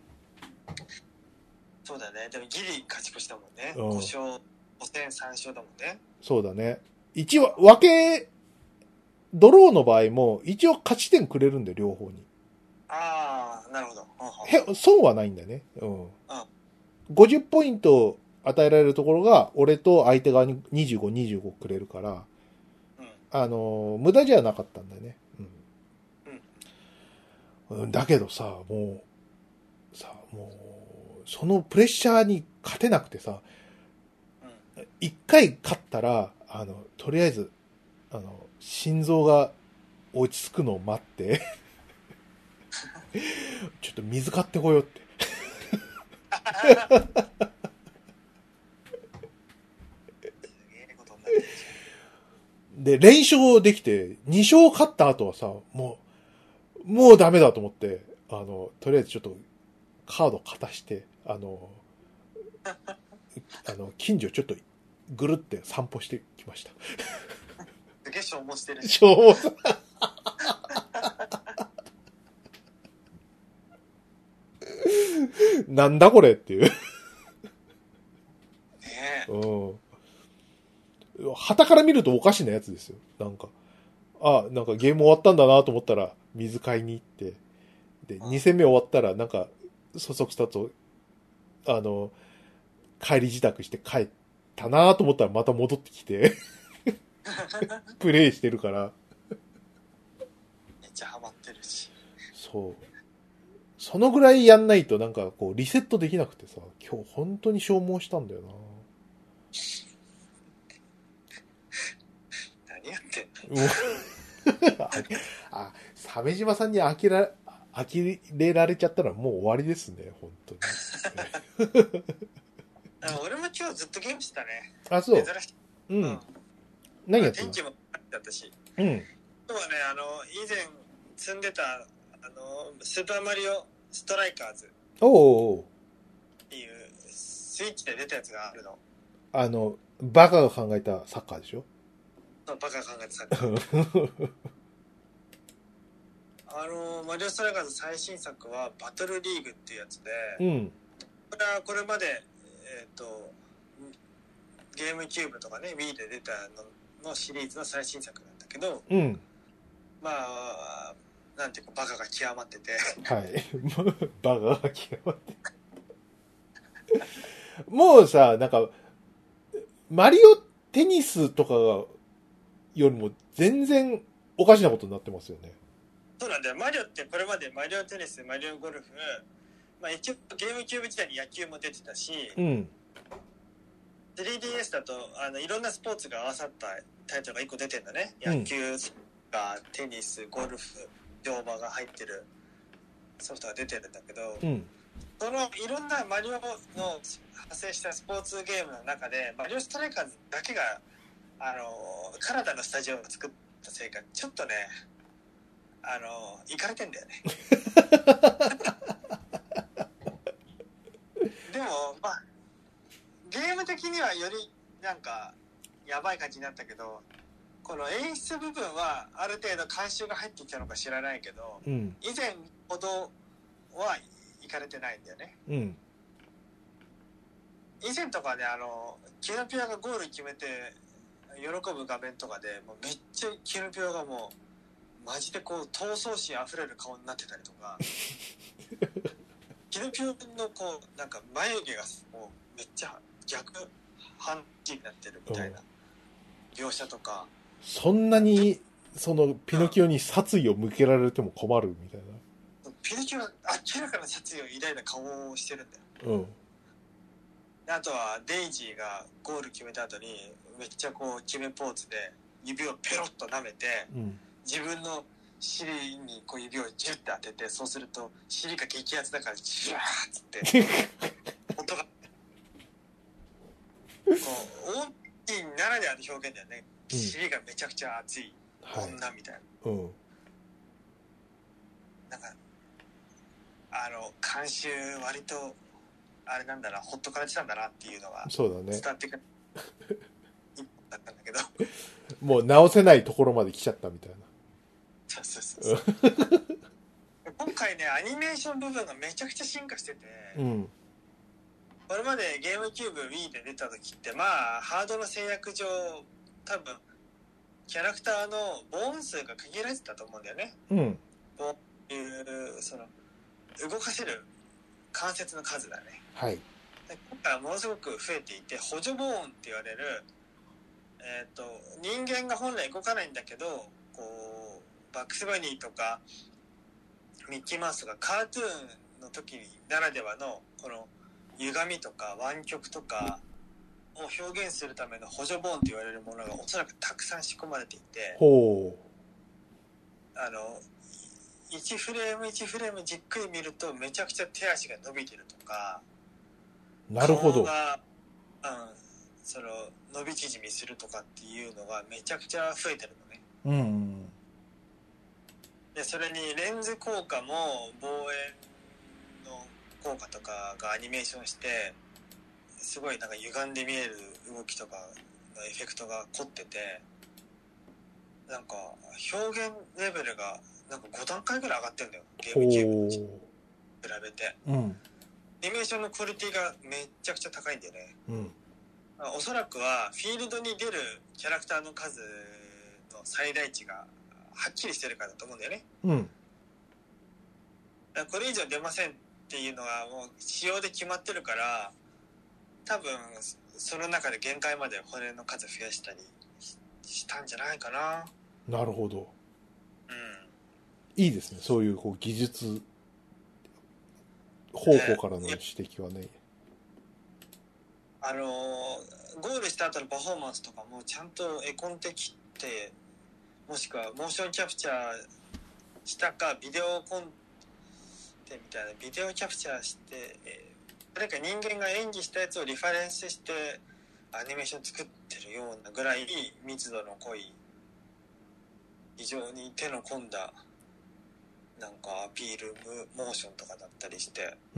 そうだね。でもギリ勝ち越したもんね。5勝、5戦3勝だもんね。 そうだね。一応、分け、ドローの場合も、一応勝ち点くれるんだよ、両方に。 ああ、なるほど。 損はないんだよね。50ポイント与えられるところが、俺と相手側に25、25くれるから、無駄じゃなかったんだよね。だけどさ、もう、そのプレッシャーに勝てなくてさ、一回勝ったら、とりあえず、心臓が落ち着くのを待って、ちょっと水買ってこようって。で、連勝できて、2勝勝った後はさ、もうダメだと思って、とりあえずちょっと、カードかたして、近所ちょっと、ぐるって散歩してきました。 すげえ消耗してる。 消耗。なんだこれっていう。ねえ。 旗から見るとおかしなやつですよ。なんかゲーム終わったんだなと思ったら、水買いに行って、で、2戦目終わったら、なんか、そそくさと、帰り自宅して帰ったなと思ったらまた戻ってきて、プレイしてるから。 めっちゃハマってるし。 そう。そのぐらいやんないとなんかこうリセットできなくてさ、今日本当に消耗したんだよな。 何やってんの？ 鮫島さんに呆れられちゃったらもう終わりですね、本当に。 俺も今日ずっとゲームしてたね。 あ、そう。 珍しい。 何やってんの？ 天気もだったし。 今日はね、以前積んでた、スーパーマリオストライカーズっていうスイッチで出たやつがあるの。 バカが考えたサッカーでしょ？ バカが考えたサッカー。マリオストライカーズ最新作はバトルリーグっていうやつで、これはこれまで、ゲームキューブとかね Wii で出たのシリーズの最新作なんだけど、まあなんていうかバカが極まっててはいバカが極まってもうさ、なんかマリオテニスとかよりも全然おかしなことになってますよね。 そうなんだよ。マリオってこれまでマリオテニス、マリオゴルフ、一応ゲームキューブ時代に野球も出てたし、3DS だといろんなスポーツが合わさったタイトルが1個出てんだね。野球がテニス、ゴルフ、乗馬が入ってるソフトが出てるんだけど、そのいろんなマリオの派生したスポーツゲームの中でマリオストライカーズだけがカナダのスタジオが作ったせいかちょっとねイカれてんだよね。 ーム的にはよりなんかやばい感じになったけど、この演出部分はある程度監修が入ってきたのか知らないけど、 うん、 以前ほどはいかれてないんだよね。 うん、 以前とかね、キノピオがゴール決めて喜ぶ画面とかでもうめっちゃキノピオがもうマジでこう闘争心あふれる顔になってたりとかキノピオのこうなんか眉毛がもうめっちゃ逆半期になってるみたいな描写とか、 そんなにそのピノキオに殺意を向けられても困るみたいピノキオが明らかな殺意を抱いた顔をしてるんだな。 よ。あとはデイジーがゴール決めた後にめっちゃこう決めポーズで指をペロッと舐めて、 うん、 自分の尻にこう指をジュッて当てて、そうすると尻が激アツだからジュワーッつって音がこう大きいならではの表現だよね、うん、尻がめちゃくちゃ熱い女みたいな、はい、うん、なんか監修割とあれなんだな、ほっとかれてたんだなっていうのがそうだね伝わってくる一本だったんだけどもう直せないところまで来ちゃったみたいな。 そう今回ねアニメーション部分がめちゃくちゃ進化してて、うん、これまでゲームキューブ Wii で出た時ってまあハードの制約上多分キャラクターのボーン数が限られてたと思うんだよね、うん、ボーンっていうその動かせる関節の数だね、はい、で今回はものすごく増えていて、補助ボーンって言われる、人間が本来動かないんだけどこうバックスバニーとかミッキーマウスとかカートゥーンの時ならではのこの歪みとか湾曲とかを表現するための補助ボーンと言われるものがおそらくたくさん仕込まれていて、ほう1フレーム1フレームじっくり見るとめちゃくちゃ手足が伸びてるとか、 なるほど、 顔が、その伸び縮みするとかっていうのがめちゃくちゃ増えてるのね、うん、でそれにレンズ効果も望遠の効果とかがアニメーションしてすごいなんか歪んで見える動きとかのエフェクトが凝ってて、なんか表現レベルがなんか5段階ぐらい上がってるんだよゲームキューブに比べて、うん、アニメーションのクオリティがめちゃくちゃ高いんだよね、うん、おそらくはフィールドに出るキャラクターの数の最大値がはっきりしてるからだと思うんだよね、うん、だこれ以上出ませんっていうのはもう仕様で決まってるから、多分その中で限界まで骨の数増やしたりしたんじゃないかな。 なるほど、いいですね、そういうこう技術方向からの指摘はね。 ゴールした後のパフォーマンスとかもちゃんと絵コンテ切って、もしくはモーションキャプチャーしたかビデオコンテみたいなビデオキャプチャーして、誰か人間が演技したやつをリファレンスしてアニメーション作ってるようなぐらい密度の濃い、非常に手の込んだなんかアピールモーションとかだったりして、うん、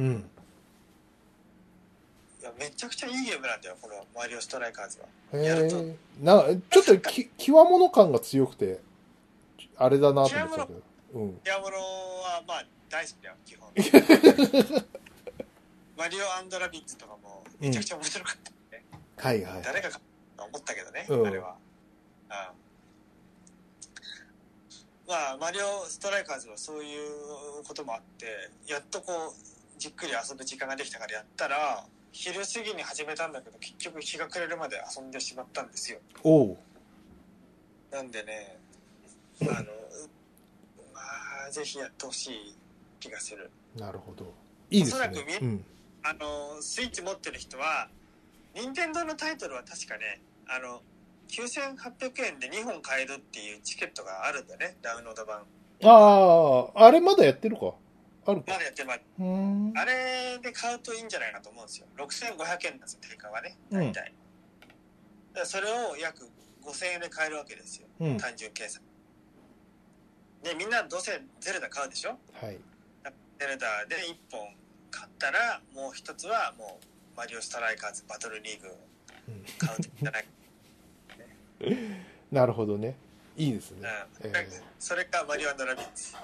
いやめちゃくちゃいいゲームなんだよこのマリオストライカーズは。やるとちょっと極物感が強くてあれだなと思ったけど、 極物はまあ大好きだよ基本マリオ&ラビッツとかもめちゃくちゃ面白かったね、はいはい、誰が思ったけどね、あれは、まあマリオストライカーズはそういうこともあってやっとこうじっくり遊ぶ時間ができたからやったら昼過ぎに始めたんだけど結局日が暮れるまで遊んでしまったんですよ。なんでねまあぜひやってほしい気がする。 なるほど、いいですね。おそらくスイッチ持ってる人は任天堂のタイトルは確かね9800円で2本買えるっていうチケットがあるんだね、ダウンロード版。 あれまだやってるか、あるか、 まだやってます。あれで買うといいんじゃないかと思うんですよ。6500円なんですよ定価はね、大体、だからそれを約5000円で買えるわけですよ、単純計算で。みんなどうせゼルダ買うでしょ、はい、ゼルダで1本買ったらもう一つはもうマリオストライカーズバトルリーグを買うといいんじゃないか、 ね、なるほどね。いいですね。 それかマリオ&ラビッツ。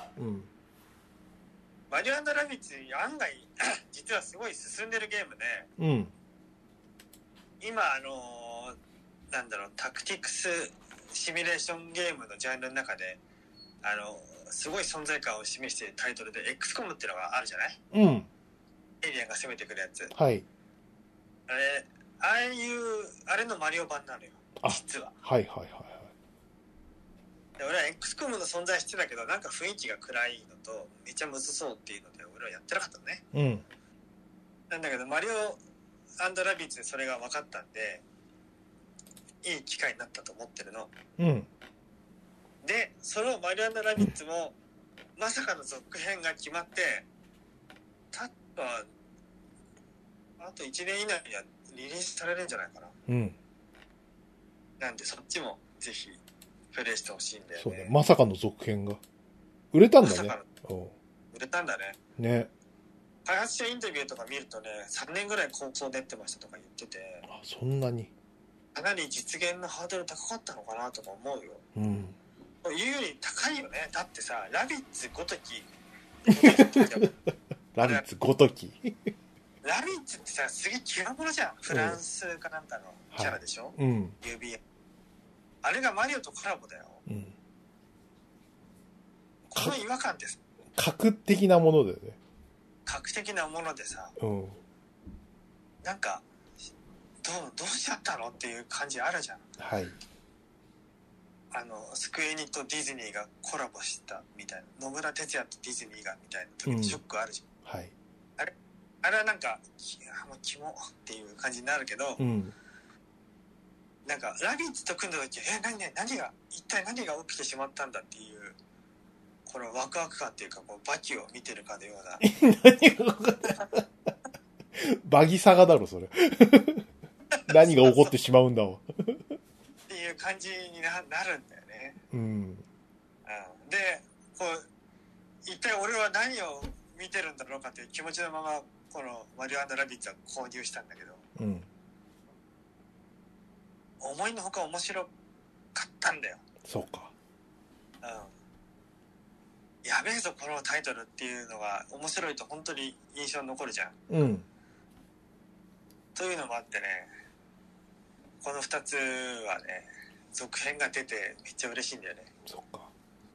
マリオ&ラビッツ案外実はすごい進んでるゲームで、今なんだろう、タクティクスシミュレーションゲームのジャンルの中ですごい存在感を示しているタイトルで XCOM っていうのがあるじゃない？エイリアンが攻めてくるやつ。 はい。 あれのマリオ版なのよ、実は。 はいはいはいはい。 で俺は XCOM の存在してたけど、なんか雰囲気が暗いのとめちゃむずそうっていうので俺はやってなかったのね。なんだけどマリオ&ラビッツでそれが分かったんで、いい機会になったと思ってるの。で、そのマリオ&ラビッツもまさかの続編が決まって、あと1年以内にはリリースされるんじゃないかな。なんでそっちもぜひプレイしてほしいんだよね。そうね。 まさかの続編が売れたんだね。まさかの売れたんだね。 ね。 開発者インタビューとか見るとね、3年ぐらい構想練ってましたとか言ってて。 そんなに。 かなり実現のハードル高かったのかなとか思うよ。言うより高いよね。だってさ、ラビッツごときラビッツごときラビッツってさ、すげえ極物じゃん。フランスかなんかのキャラでしょ、指あれがマリオとコラボだよ。この違和感ってさ、 格的なものだよね。 格的なものでさ、なんかどうしちゃったのっていう感じあるじゃん。スクエニとディズニーがコラボしたみたいな、野村哲也とディズニーがみたいな時にショックあるじゃん。あれはなんかもうキモっていう感じになるけど、なんかラビッツと組んだ時一体何が起きてしまったんだっていう、このワクワク感っていうか、こうバキを見てるかのようなバギサガだろそれ何が起こってしまうんだわっていう感じに なるんだよね。でこう一体俺は何を見てるんだろうかっていう気持ちのままこのマリオ&ラビッツは購入したんだけど、思いのほか面白かったんだよ。 そうか。 やべえぞこのタイトルっていうのが面白いと本当に印象に残るじゃん。というのもあってね、この2つはね、続編が出てめっちゃ嬉しいんだよね。 そうか。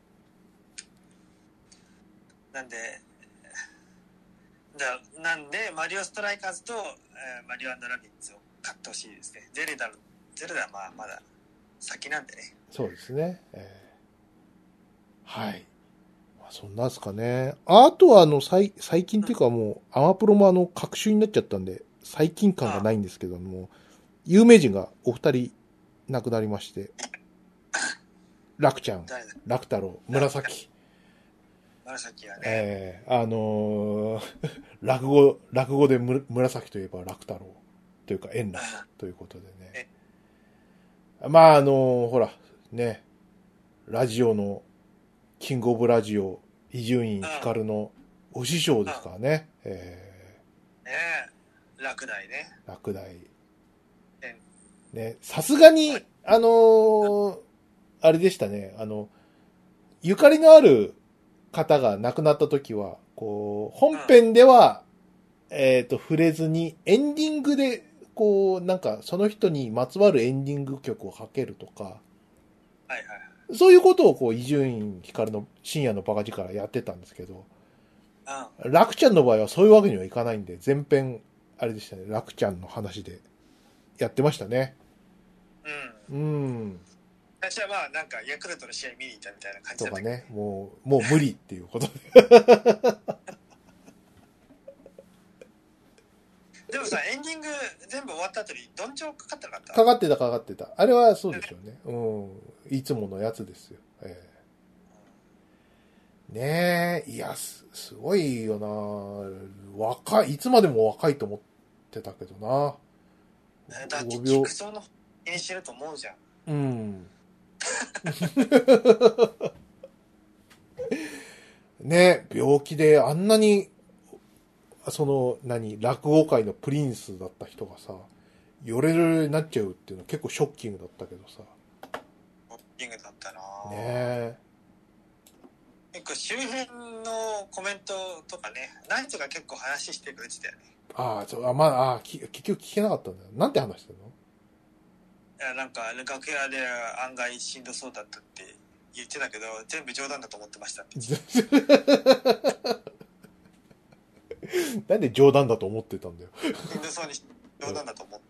なんでマリオストライカーズと、マリオ&ラビッツを買ってほしいですね。ゼルダはまだ先なんでね。 そうですね。はい。そんなんですかね。あとは最近っていうかもう、アマプロも隔週になっちゃったんで、最近感がないんですけども、有名人がお二人亡くなりまして、楽ちゃん、楽太郎、紫はね、落語で紫といえば楽太郎というか円楽ということでね。ほら、ね、ラジオの、キングオブラジオ、伊集院光のお師匠ですからね。 落第ね。 落第。ね、さすがに、あれでしたね、ゆかりのある方が亡くなった時は、こう、本編では、触れずに、エンディングで、こう、なんか、その人にまつわるエンディング曲をかけるとか、そういうことを、こう、伊集院光の深夜のバカ力やってたんですけど、楽ちゃんの場合はそういうわけにはいかないんで、前編、あれでしたね、楽ちゃんの話でやってましたね。 私はなんかヤクルトの試合見に行ったみたいな感じだったけどね。 とかね、もう無理っていうことで。 でもさ、エンディング全部終わった後にどんちょうかかってなかった？ かかってた。あれはそうでしょうね。いつものやつですよ。ねえ、いや、すごいよな。いつまでも若いと思ってたけどな。 だって菊蔵の気にしてると思うじゃん。 ね、病気であんなに落語界のプリンスだった人がさ、ヨレヨレになっちゃうっていうのは結構ショッキングだったけどさ。 ショッキングだったな。 ねえ。 結構周辺のコメントとかね、ナイツが結構話してくれてたよね。 結局聞けなかったんだよ。なんて話してんの？ いや、なんか楽屋で案外しんどそうだったって言ってたけど、全部冗談だと思ってましたって言ってた。 なんで冗談だと思ってたんだよ。 しんどそうに冗談だと思った。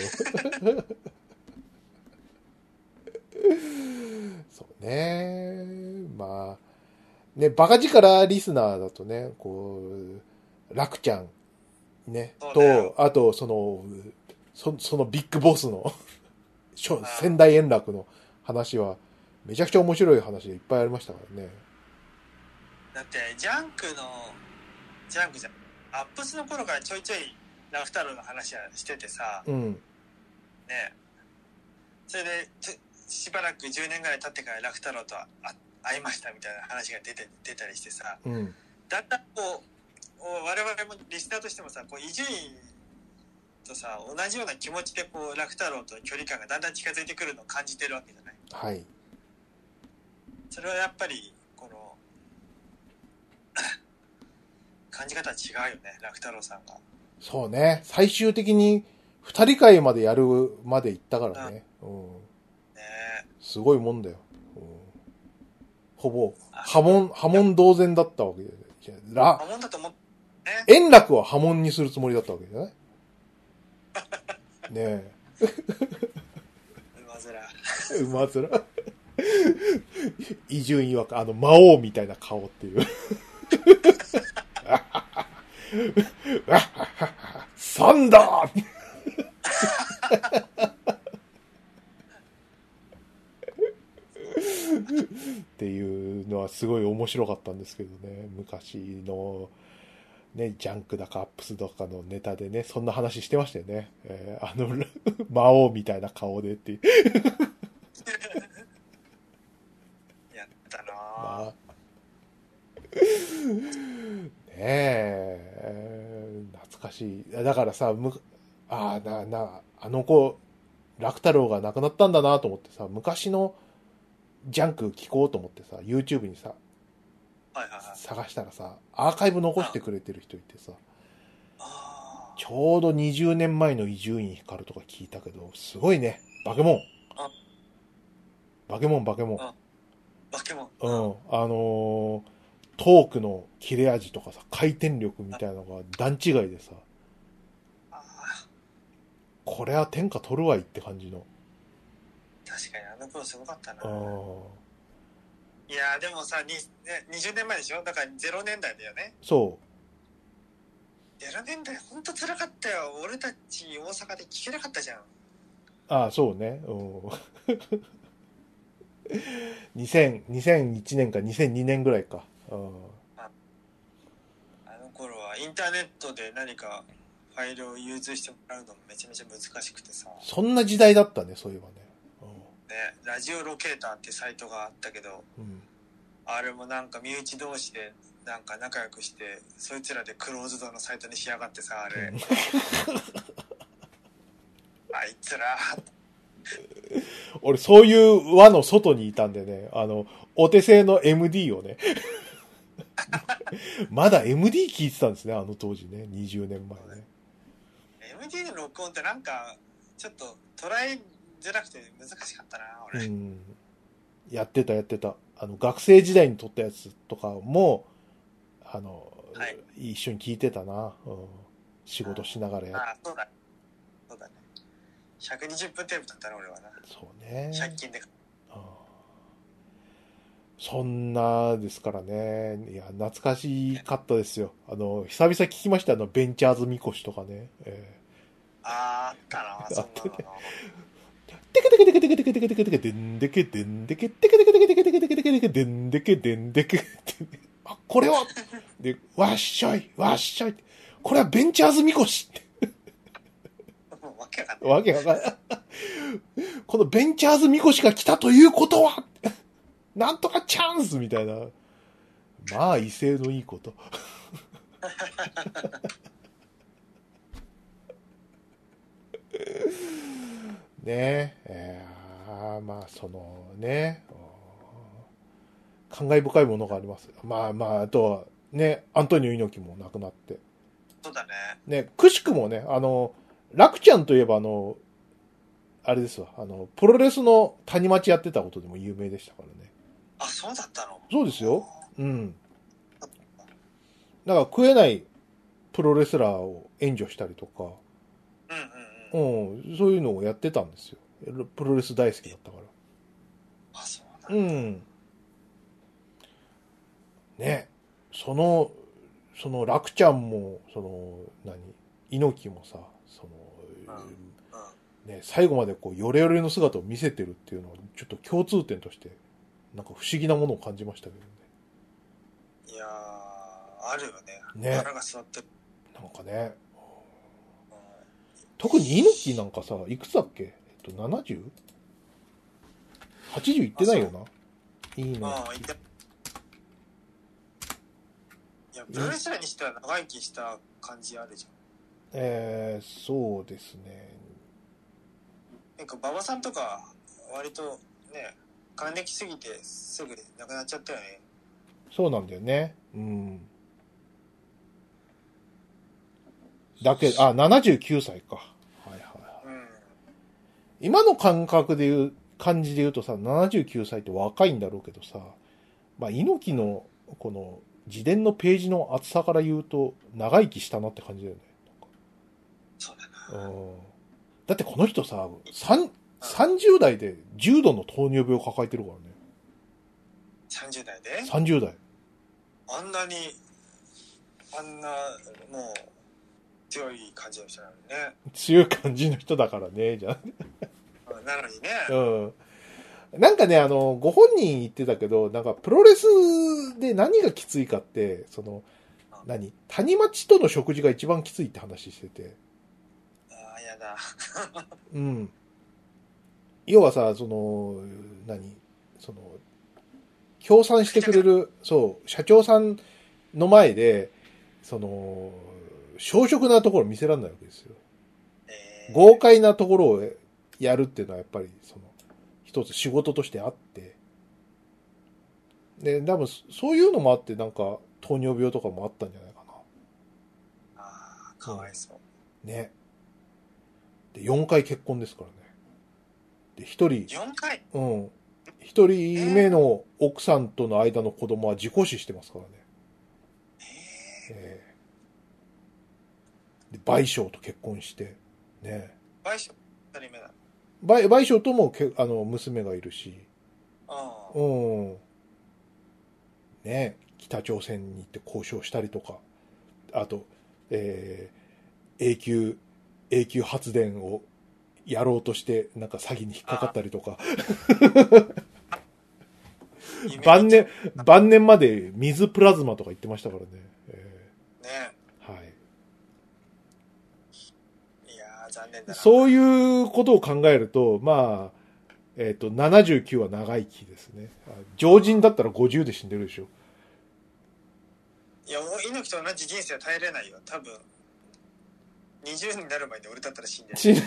そうね。まあ、ね、バカ力リスナーだとね、こう、楽ちゃん、ね、と、あと、そのビッグボスの、仙台円楽の話は、めちゃくちゃ面白い話でいっぱいありましたからね。 だって、ジャンクじゃん。アップスの頃からちょいちょい、ラフ太郎の話はしててさ、 うん。 ね、それで、しばらく10年ぐらい経ってからラフ太郎と会いましたみたいな話が出たりしてさ、 うん、 だんだんこう我々もリスナーとしてもさ、こう伊集院とさ同じような気持ちでこうラフ太郎と距離感がだんだん近づいてくるのを感じてるわけじゃない。 はい。 それはやっぱりこの感じ方は違うよね、ラフ太郎さんが。 そうね。最終的に二人会までやるまで行ったからね。うん。ね、すごいもんだよ。うん、ほぼ破門同然だったわけで。 破門だと思って、ね。 円楽は破門にするつもりだったわけじゃない？ねえ。うまずら。伊集院曰く魔王みたいな顔っていう。サンダーっていうのはすごい面白かったんですけどね。昔のね、ジャンクだかアップスだかのネタでね、そんな話してましたよね。魔王みたいな顔でっていう。 やったなぁ。 ねえ、懐かしい。だからさ、あの子、楽太郎が亡くなったんだなと思ってさ、昔のジャンク聞こうと思ってさ、YouTube にさ、探したらさ、アーカイブ残してくれてる人いてさ、ちょうど20年前の伊集院光とか聞いたけど、すごいね。バケモン。うん。トークの切れ味とかさ、回転力みたいなのが段違いでさ、これは天下取るわいって感じの。 確かにあの頃すごかったな。いやでもさ、20年前でしょ。だから0年代だよね。 そう。 0年代ほんと辛かったよ。俺たち大阪で聞けなかったじゃん。 ああ、そうね。2001年か2002年ぐらいか。 あの頃はインターネットで何かファイルを融通してもらうのもめちゃめちゃ難しくてさ。 そんな時代だったね、そういえばね。 ね、ラジオロケーターってサイトがあったけど、あれもなんか身内同士でなんか仲良くしてそいつらでクローズドのサイトにしやがってさ、あれあいつら俺そういう輪の外にいたんでね、お手製の MD をねまだ MD 聞いてたんですね、あの当時ね、20年前ね。 MD の録音ってなんかちょっと捉えづらくて難しかったな、俺。 やってた。学生時代に撮ったやつとかも、一緒に聞いてたな。仕事しながらやって。 そうだね。120分テープだったな、俺はな。 そうね。 100均で。 そんなですからね。いや、懐かしかったですよ。久々聞きました、ベンチャーズみこしとかね。 あったな、そんなの。 テケテケテケテケテケテケテケテケデンデケデンデケテケテケテケテケテケテケテケテケデンデケデンデケ。あ、これはで、わっしょい。これはベンチャーズみこしって。わけわかんない。このベンチャーズみこしが来たということはなんとかチャンスみたいな。まあ、威勢のいいこと。 ねまあそのね、感慨深いものがあります。まあまあ、あとはね、アントニオ猪木も亡くなって。 そうだね。 ね、くしくもね、楽ちゃんといえばあれですわ、プロレスの谷町やってたことでも有名でしたからね。 あ、そうだったの？ そうですよ。うん。だから食えないプロレスラーを援助したりとか、そういうのをやってたんですよ。プロレス大好きだったから。 あ、そうなんだ。 うん。ね、その楽ちゃんも、猪木もさ、ね、最後までこう、ヨレヨレの姿を見せてるっていうのは、ちょっと共通点として、なんか不思議なものを感じましたけどね。 いやー、あるよね。 ね。 腹が座ってる。 なんかね。特に猪木なんかさ、いくつだっけ？70？ 80 いってないよな。いいね。 いや、プロレスラーにしては長生きした感じあるじゃん。 そうですね。 なんか馬場さんとか割とね、還暦すぎてすぐ亡くなっちゃったよね。 そうなんだよね。うん。だけど、79歳か。はいはいはい。うん、今の感じで言うとさ、79歳って若いんだろうけどさ、まあ、猪木のこの自伝のページの厚さから言うと、長生きしたなって感じだよね。 そうだな。 だってこの人さ、30代で重度の糖尿病を抱えてるからね。 30代で ?30 代。 あんなもう強い感じの人なのにね。 強い感じの人だからね、じゃあ。 なのにね。 うん。なんかね、ご本人言ってたけど、なんかプロレスで何がきついかって、谷町との食事が一番きついって話してて。 ああ、やだ。 うん。要はさ、協賛してくれる、そう、社長さんの前で、小食なところ見せられないわけですよ。豪快なところをやるっていうのはやっぱり、一つ仕事としてあって。で、多分、そういうのもあって、なんか、糖尿病とかもあったんじゃないかな。 ああ、かわいそう。 ね。で、4回結婚ですからね。で、 4回うん。一人目の奥さんとの間の子供は自己死してますからね。で、賠償と結婚して、ね。 賠償二人目だ。 賠償とも娘がいるし、うん。ね。北朝鮮に行って交渉したりとか、あと、永久発電をやろうとして、なんか詐欺に引っかかったりとか。晩年まで水プラズマとか言ってましたからね。 ね。 はい。 いやー、残念だな。 そういうことを考えると、まあ、79は長生きですね。常人だったら50で死んでるでしょ。 いや、もう猪木と同じ人生は耐えれないよ。多分、20になる前に俺だったら死んでる。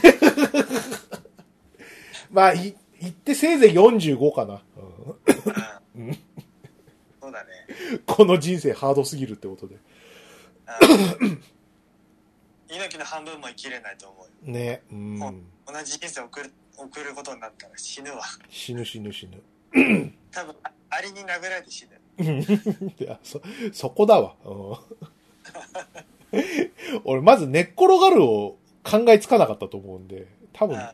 まあ、言ってせいぜい45かな。 うん、そうだね。 この人生ハードすぎるってことで。 猪木の半分も生きれないと思うよ。 ね。 同じ人生を送ることになったら死ぬわ。 死ぬ。 多分、アリに殴られて死ぬ。 いや、そこだわ。俺、まず寝っ転がるを考えつかなかったと思うんで、多分、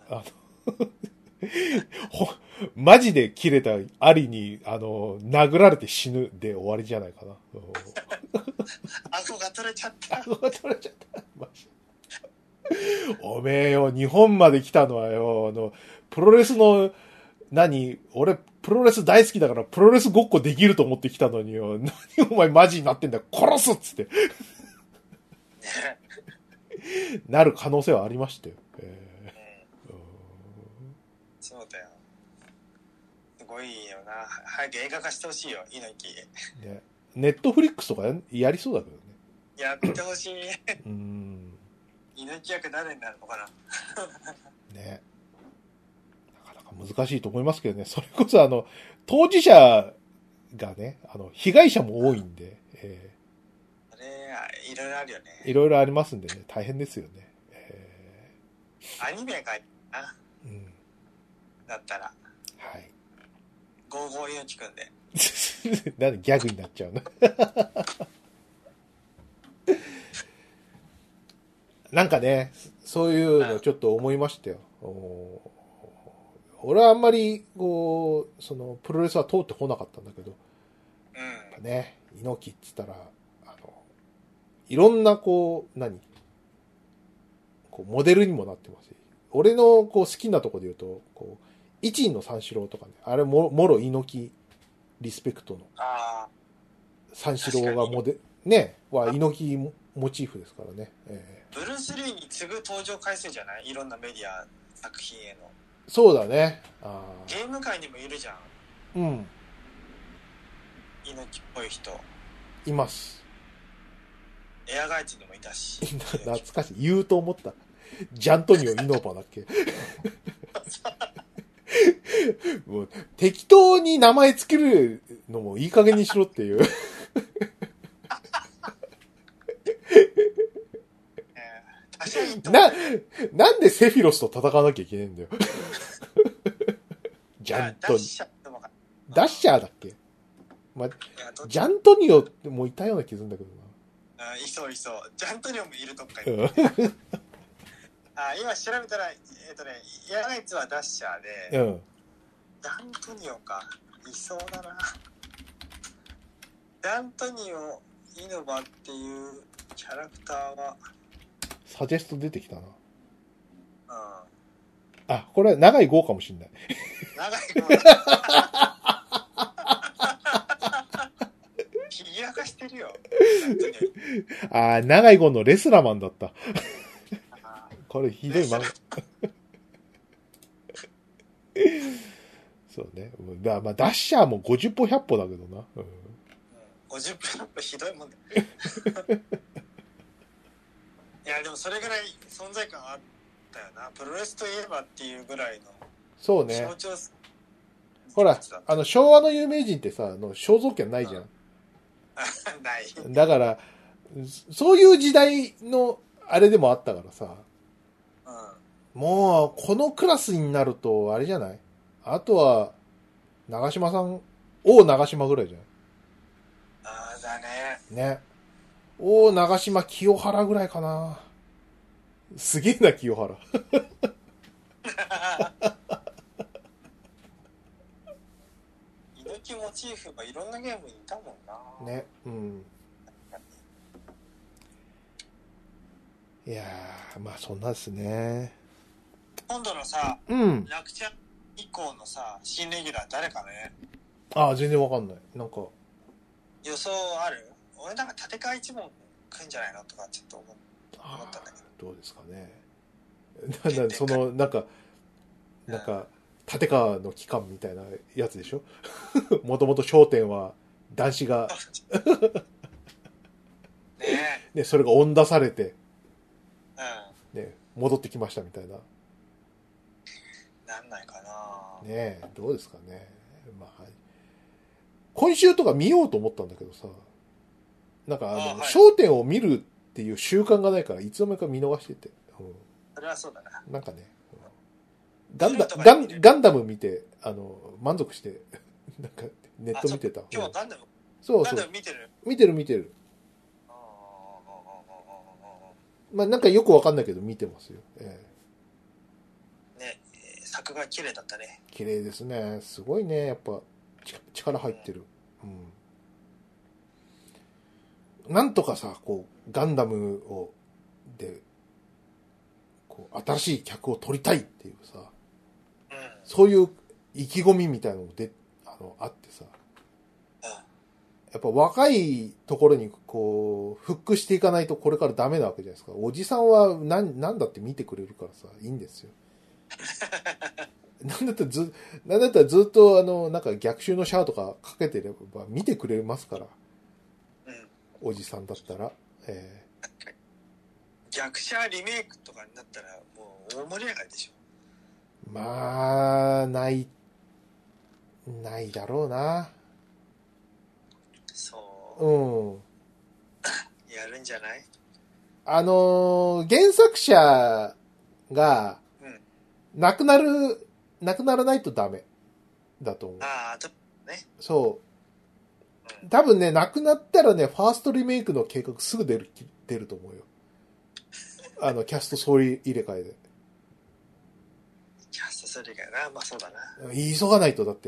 マジで切れたアリに、殴られて死ぬで終わりじゃないかな。 顎が取れちゃった。 顎が取れちゃった。マジ。おめえよ、日本まで来たのはよ、プロレスの、俺、プロレス大好きだから、プロレスごっこできると思ってきたのによ、何お前マジになってんだよ、殺すっつって。なる可能性はありましたよ。 そうだよ。すごいよな。早く映画化してほしいよ、猪木。 ね。ネットフリックスとかやりそうだけどね。 やってほしい。猪木役誰になるのかな。 ね。なかなか難しいと思いますけどね。それこそ当事者がね、被害者も多いんで、 あれ、いろいろあるよね。 いろいろありますんでね、大変ですよね。 アニメがいいな。だったら。 はい。 ゴーゴー猪木くんで。 なんでギャグになっちゃうのなんかね、そういうのちょっと思いましたよ。俺はあんまり、プロレスは通ってこなかったんだけど、やっぱね、猪木って言ったら、いろんなモデルにもなってますし、俺の好きなとこで言うと、一位の三四郎とかね、あれもろ猪木リスペクトの三四郎がね、猪木モチーフですからね。 ブルース・リーに次ぐ登場回数じゃない？いろんなメディア作品への。 そうだね。 ゲーム界にもいるじゃん。 うん。 猪木っぽい人。 います。 エアガイツにもいたし。 懐かしい。言うと思った。ジャントニオ・イノバだっけもう適当に名前つけるのもいい加減にしろっていう。なんでセフィロスと戦わなきゃいけないんだよ。ジャントニオ。ダッシャーだっけ、ジャントニオってもういたような気するんだけどな。いそう。ジャントニオもいるとかに。今調べたら、エアガイツはダッシャーで、ジャントニオか。いそうだな。ジャントニオ・イノバっていうキャラクターは、 サジェスト出てきたな。これは長い号かもしんない。 長い号フィギュア化してるよ。 長い号のレスラーマンだった。これひどい漫画。そうね。ダッシャーも50歩100歩だけどな。 50歩100歩ひどいもんだ。いやでもそれぐらい存在感あったよな。プロレスといえばっていうぐらいの。 そうね。 象徴。 ほら、昭和の有名人ってさ、肖像権ないじゃん。 ない。 だから、そういう時代のあれでもあったからさ。もう、このクラスになると、あれじゃない？あとは、長嶋さん、長嶋ぐらいじゃない？ だね。 ね。長嶋清原ぐらいかな。すげえな、清原。 猪木モチーフがいろんなゲームにいたもんな。 ね。いやー、そんなですね。 今度のさ、楽ちゃん以降のさ、新レギュラー誰かね。 全然わかんない。なんか。 予想ある？俺なんか立川一門来んじゃないのとかちょっと思ったんだけど。 どうですかね。なんか、立川の機関みたいなやつでしょ。もともと商店は男子がね、それが恩出されて、ね、戻ってきましたみたいな。 なんないかな。 ね、どうですかね。今週とか見ようと思ったんだけどさ、なんか商店を見るっていう習慣がないから、いつの間にか見逃してて。 それはそうだな。 なんかね、ガンダム見て、満足して、なんか、ネット見てた。 今日はガンダム？ そう。 ガンダム見てる？ 見てる。なんかよくわかんないけど見てますよ。 ね、作画綺麗だったね。 綺麗ですね。すごいね、やっぱ、力入ってる。なんとかさ、ガンダムで、新しい客を取りたいっていうさ、そういう意気込みみたいなのもあってさ、やっぱ若いところにフックしていかないとこれからダメなわけじゃないですか。おじさんはなんだって見てくれるからさ、いいんですよ。なんだったらずっとなんか逆襲のシャアとかかけてれば見てくれますから。おじさんだったら。 逆者リメイクとかになったらもう大盛り上がりでしょ。 まあ、ないだろうな。 そう。 うん。 やるんじゃない？ 原作者が、亡くならないとダメだと思う。 ああ、ちょっとね。 そう。多分ね、亡くなったらね、ファーストリメイクの計画すぐ出ると思うよ。キャスト総入れ替えで。 キャスト総入れ替えな。まあそうだな。 急がないと、だって。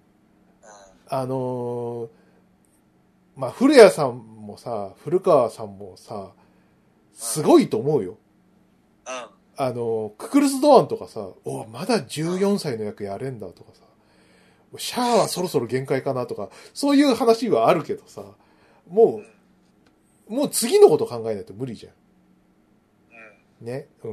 まあ、古谷さんもさ、古川さんもさ、すごいと思うよ。ククルス・ドアンとかさ、まだ14歳の役やれんだとかさ、シャアはそろそろ限界かなとか、そういう話はあるけどさ、もう次のこと考えないと無理じゃん。ね。 い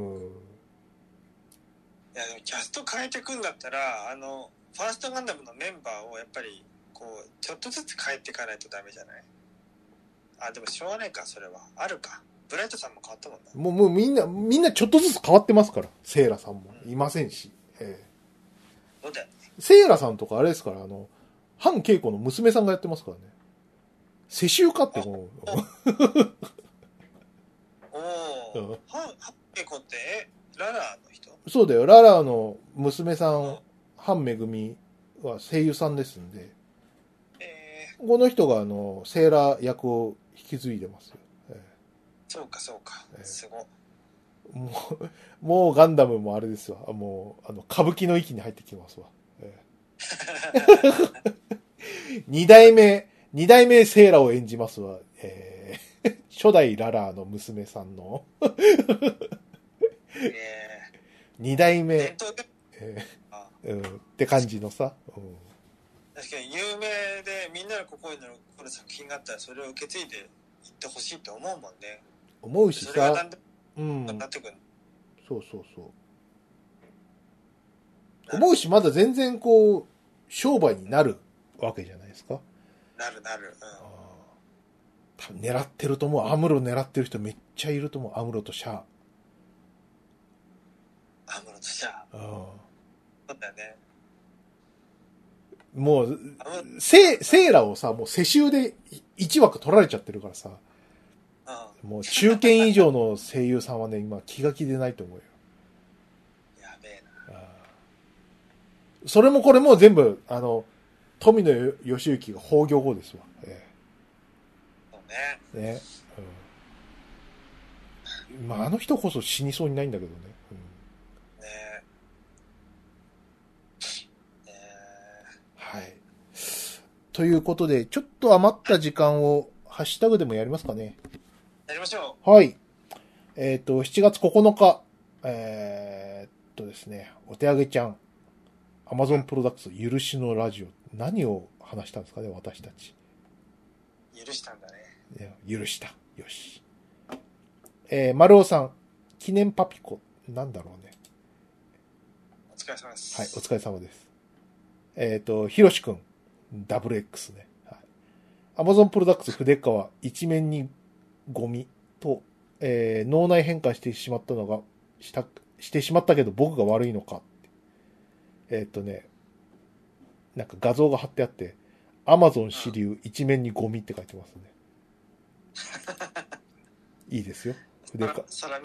や、でもキャスト変えてくんだったら、ファーストガンダムのメンバーをやっぱり、こう、ちょっとずつ変えていかないとダメじゃない？でもしょうがないか、それは。あるか。ブライトさんも変わったもんな。 もうみんなちょっとずつ変わってますから。セイラさんもいませんし。 そうだよね。 セイラさんとかあれですから、ハン・ケイコの娘さんがやってますからね。世襲かって思う。 ハン・ケイコって、ララの人？ そうだよ。ララの娘さん、ハン・メグミは声優さんですんで。この人がセーラー役を引き継いでますよ。 そうか。すごい。 もうガンダムもあれですわ。もう、歌舞伎の域に入ってきますわ。二代目セーラを演じますわ。初代ララーの娘さんの。二代目、って感じのさ。 確かに有名でみんなの心に残る作品があったらそれを受け継いでいってほしいと思うもんね。 思うしさ。 それがだんだんなってくる。 そう。思うし、まだ全然こう、商売になるわけじゃないですか。 なる。 多分狙ってると思う。アムロ狙ってる人めっちゃいると思う。アムロとシャア。 そうだよね。 もう、セーラをさ、もう世襲で1枠取られちゃってるからさ。もう中堅以上の声優さんはね、今気が気でないと思うよ。 やべえな。 それもこれも全部、富野義行が崩御後ですわ。 そうね。 ね。まあ、あの人こそ死にそうにないんだけどね。はい。ということで、ちょっと余った時間をハッシュタグでもやりますかね。 やりましょう。はい。7月9日、ですね、お手上げちゃん、Amazon プロダクツ許しのラジオ。何を話したんですかね、私たち。 許したんだね。 許した。よし。丸尾さん、記念パピコ。なんだろうね。 お疲れ様です。 はい、お疲れ様です。ひろしくん、WX ね。はい。Amazon プロダクツ筆川、一面にゴミと、脳内変換してしまったのが、してしまったけど僕が悪いのか。なんか画像が貼ってあって、Amazon 支流、一面にゴミって書いてますね。いいですよ。筆川。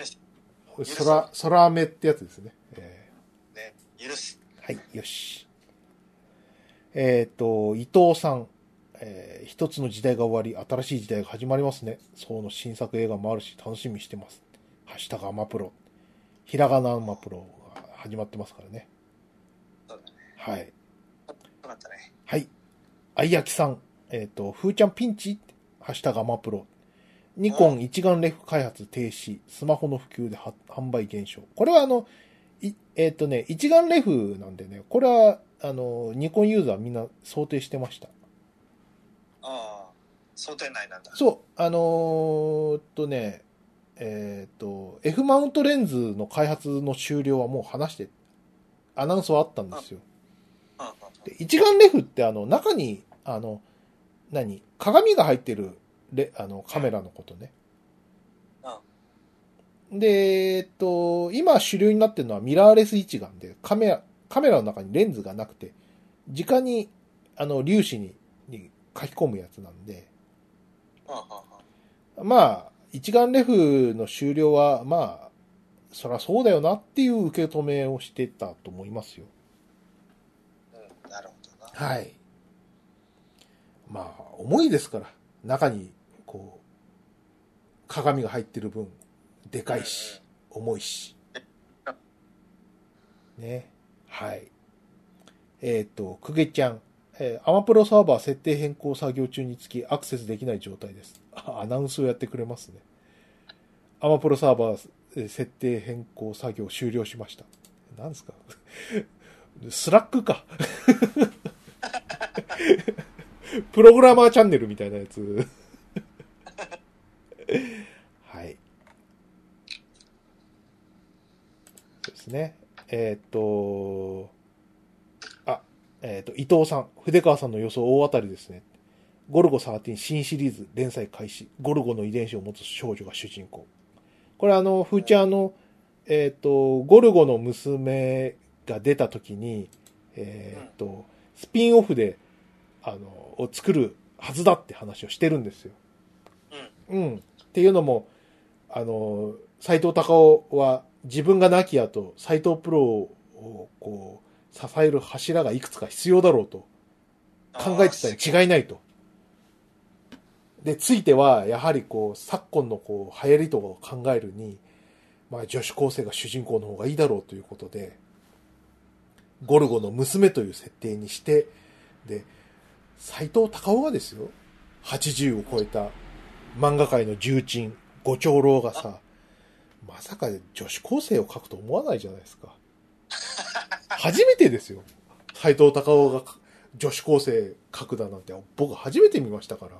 空目ってやつですね。 ね、許す。 はい、よし。伊藤さん、一つの時代が終わり、新しい時代が始まりますね。その新作映画もあるし、楽しみにしてます。ハッシュタグアマプロ。ひらがなアマプロが始まってますからね。 そうだね。 はい。 よかったね。 はい。あいやきさん、ふーちゃんピンチハッシュタグアマプロ。ニコン一眼レフ開発停止、スマホの普及で販売減少。これは一眼レフなんでね、これは、ニコンユーザーみんな想定してました。 想定内なんだ。 そう、F マウントレンズの開発の終了はもう話して、アナウンスはあったんですよ。で一眼レフって中に、鏡が入ってるカメラのことね。 で、今主流になってるのはミラーレス一眼で、カメラの中にレンズがなくて、直に、粒子に書き込むやつなんで、まあ、一眼レフの終了は、まあ、そりゃそうだよなっていう受け止めをしてたと思いますよ。 うん、なるほどな。 はい。まあ、重いですから、中に、こう、鏡が入ってる分、でかいし、重いし。ね。はい。くげちゃん。アマプロサーバー設定変更作業中につきアクセスできない状態です。アナウンスをやってくれますね。アマプロサーバー設定変更作業終了しました。何ですかスラックか。プログラマーチャンネルみたいなやつ。はい。そうですね。伊藤さん、筆川さんの予想大当たりですね。ゴルゴ13新シリーズ連載開始。ゴルゴの遺伝子を持つ少女が主人公。これフーチャーの、ゴルゴの娘が出た時に、スピンオフで、を作るはずだって話をしてるんですよ。うん。っていうのも、斎藤隆夫は自分が亡き後、斎藤プロをこう、支える柱がいくつか必要だろうと考えてたに違いないと。で、ついては、やはりこう、昨今のこう、流行りとかを考えるに、まあ女子高生が主人公の方がいいだろうということで、ゴルゴの娘という設定にして、で、斎藤隆夫がですよ、80を超えた漫画界の重鎮、五長老がさ、まさか女子高生を描くと思わないじゃないですか。初めてですよ。斎藤隆夫が女子高生描くだなんて僕初めて見ましたから。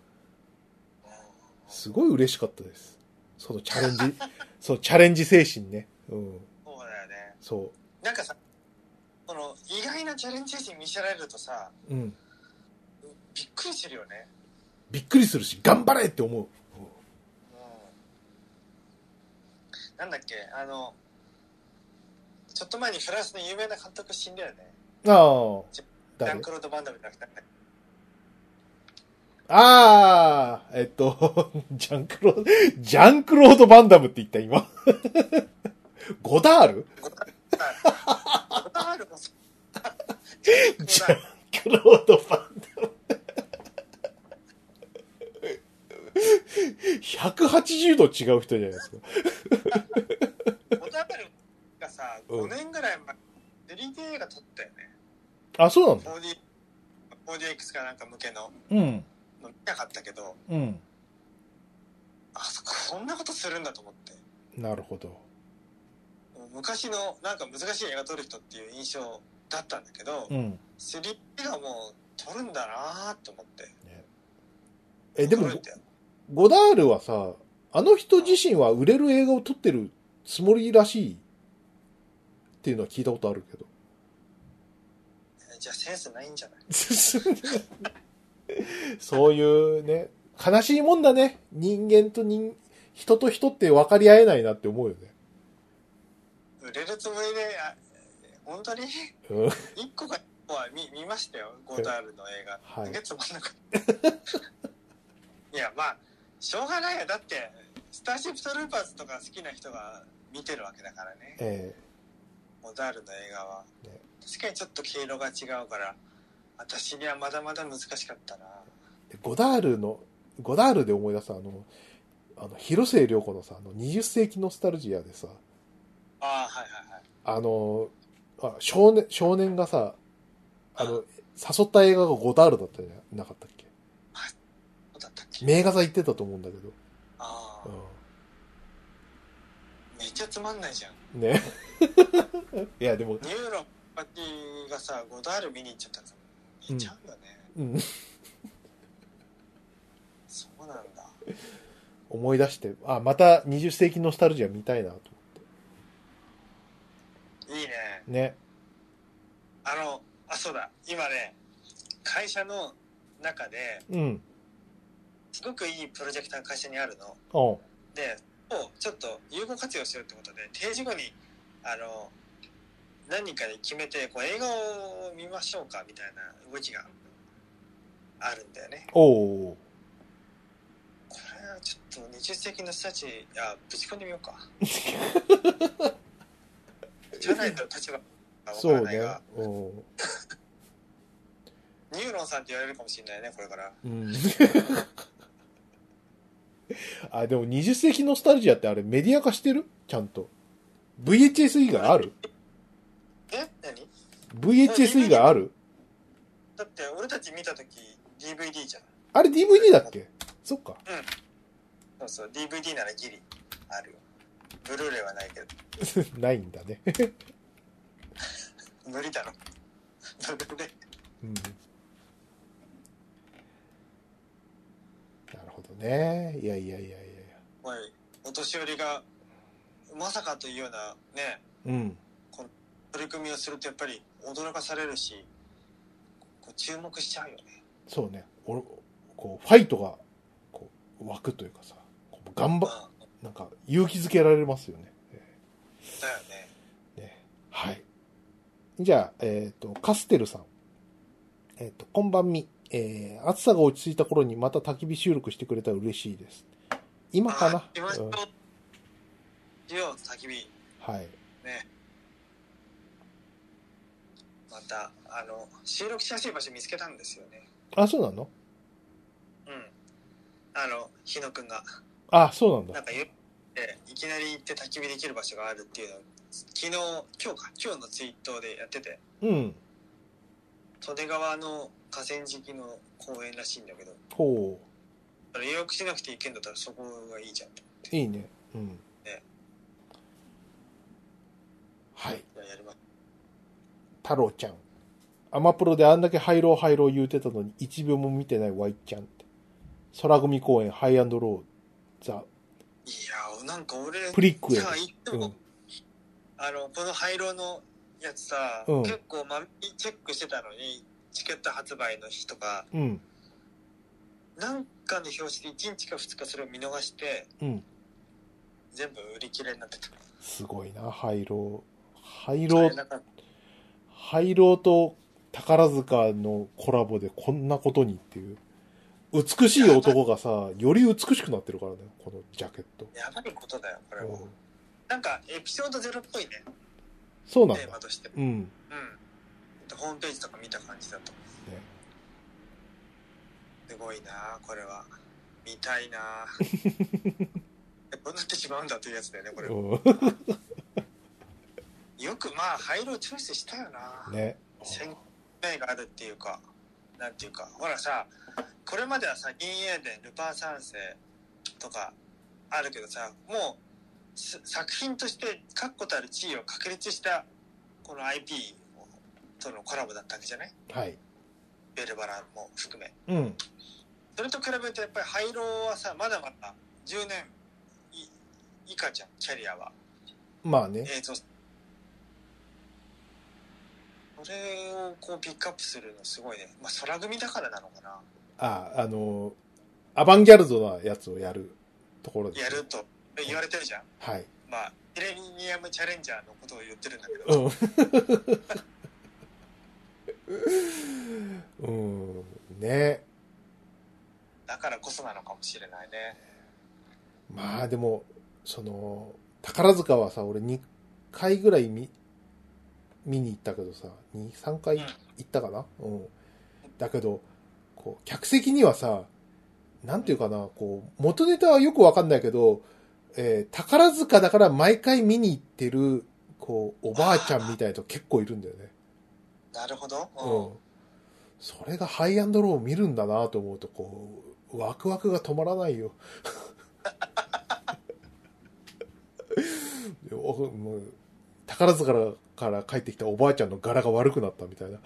すごい嬉しかったです。そのチャレンジ精神ね。うん。 そうだよね。 そう。 なんかさ、この意外なチャレンジ精神見せられるとさ、 うん。 びっくりするよね。 びっくりするし、頑張れって思う。 なんだっけ、ちょっと前にフランスの有名な監督死んだよね。 ああ。 ジャンクロード・バンダムじゃなくて。 ああ、ジャンクロード・バンダムって言った今。ゴダールゴダールもジャンクロード・バンダム。180度違う人じゃないですか。 ゴダールがさ、5年ぐらい前、3D 映画撮ったよね。 あ、そうなんだ。 4DX かなんか向けの。 うん。 見なかったけど、 うん。 こんなことするんだと思って。 なるほど。 昔のなんか難しい映画撮る人っていう印象だったんだけど、 うん、 3D がもう撮るんだなと思って。 ね、でもゴダールはさ、あの人自身は売れる映画を撮ってるつもりらしいっていうのは聞いたことあるけど。 じゃあセンスないんじゃない？ そういうね、悲しいもんだね。人間と人と人って分かり合えないなって思うよね。 売れるつもりで、本当に、 うん、 1個かは見ましたよ、ゴダールの映画。 はい。 つまんなかった。いや、まあ、しょうがないよ。だって、スターシップトルーパーズとか好きな人が見てるわけだからね。ゴダールの映画は。ね、確かにちょっと毛色が違うから、私にはまだまだ難しかったな。 ゴダールで思い出す広末涼子のさ、20世紀ノスタルジアでさ、 はいはいはい。 少年がさ、誘った映画がゴダールだったじゃなかったっけ？ そうだったっけ？ 名画座行ってたと思うんだけど。 うん、めっちゃつまんないじゃん。 ね。いや、でも。 ニューロパティがさ、ゴダール見に行っちゃったらさ、見ちゃうよね。うん。そうなんだ。 思い出して、また20世紀ノスタルジア見たいなと思って。いいね。 ね。 そうだ、今ね、会社の中で、 うん。 すごくいいプロジェクターが会社にあるの。で、 をちょっと有効活用するってことで、定時後に何人かで決めてこう映画を見ましょうかみたいな動きがあるんだよね。 おお。 これはちょっと20世紀の人たちぶち込んでみようか。じゃないと立場が分からないが、 そうね。 ニューロンさんって言われるかもしれないね、これから。 うん。あ、でも20世紀ノスタルジアってあれメディア化してる？ちゃんと。VHS 以外ある？ 何？ VHS 以外ある？ だって俺たち見たとき DVD じゃん。 あれ DVD だっけ？そっか。 うん。そうそう、DVD ならギリあるよ。ブルーレイはないけど。 ないんだね。 無理だろ。ブルーレイ。 うん。なるほどね。いや。 おい、お年寄りがまさかというようなね、 うん。 この取り組みをするとやっぱり驚かされるし、こう注目しちゃうよね。 そうね。こうファイトがこう湧くというかさ、なんか勇気づけられますよね。 だよね。 ね。はい。じゃあカステルさん。こんばんみ。暑さが落ち着いた頃にまた焚き火収録してくれたら嬉しいです。今かな。 焚き火。 はい。 ね。また収録しやすい場所見つけたんですよね。 あ、そうなの？ うん。日野くんが。 あ、そうなんだ。 なんかいきなり行って焚き火できる場所があるっていうのを今日のツイートでやってて。 うん。 利根川の河川敷の公園らしいんだけど。 ほう。予約しなくて行けんだったらそこがいいじゃんと思って。 いいね。うん。 ね。 はい。 やります。 太郎ちゃん。アマプロであんだけハイロー言うてたのに1秒も見てないワイちゃんって。空組公園ハイアンドローザ。 いや、なんか俺プリックへ。 さ、行っても、このハイローのやつさ、結構チェックしてたのに、チケット発売の日とか、なんかの表紙で1日か2日それを見逃して、全部売り切れになってた。すごいな、ハイローと宝塚のコラボでこんなことにっていう。美しい男がさ、より美しくなってるからね、このジャケット。 やばいことだよ、これは。なんか、エピソード0っぽいね。 そうなんだ。 テーマとして。 うん。 ホームページとか見た感じだと。ね、すごいなこれは。見たいなこうなってしまうんだというやつだよね、これは。よくハイローチョイスしたよな。ね。選名があるっていうか、なんていうか、ほらさ、これまではさ、銀英伝、ルパン三世とかあるけどさ、もう作品として確固たる地位を確立したこの IP とのコラボだったわけじゃない？はい。ベルバラも含め。うん。それと比べてやっぱりハイローはさ、まだまだ10年以下じゃん、キャリアは。まあね。それをこうピックアップするのすごいね。空組だからなのかな。 アバンギャルドなやつをやるところです、ね。やると言われてるじゃん。はい。ミレニアムチャレンジャーのことを言ってるんだけど。ね。 だからこそなのかもしれないね。 でも、宝塚はさ、俺2回ぐらい見に行ったけどさ、2、3回行ったかな？だけど、こう、客席にはさ、なんていうかな、こう、元ネタはよくわかんないけど、宝塚だから毎回見に行ってる、こう、おばあちゃんみたいな人結構いるんだよね。 なるほど。 それがハイアンドローを見るんだなと思うと、こう、ワクワクが止まらないよ。もう宝塚から帰ってきたおばあちゃんの柄が悪くなったみたいな。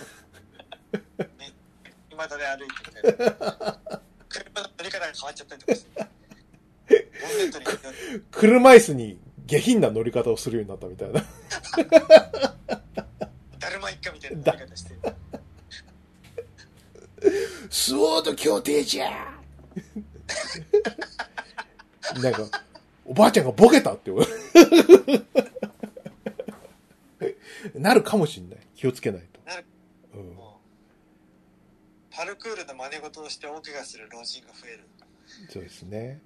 今だね歩いてて、車の乗り方が変わっちゃったりとかして。 車椅子に下品な乗り方をするようになったみたいな。 だるま一家みたいな乗り方して。 スウォード協定じゃなんか、 おばあちゃんがボケたってなるかもしんない。気をつけないと。うん、 パルクールの真似事をして大怪我する老人が増える。 そうですね。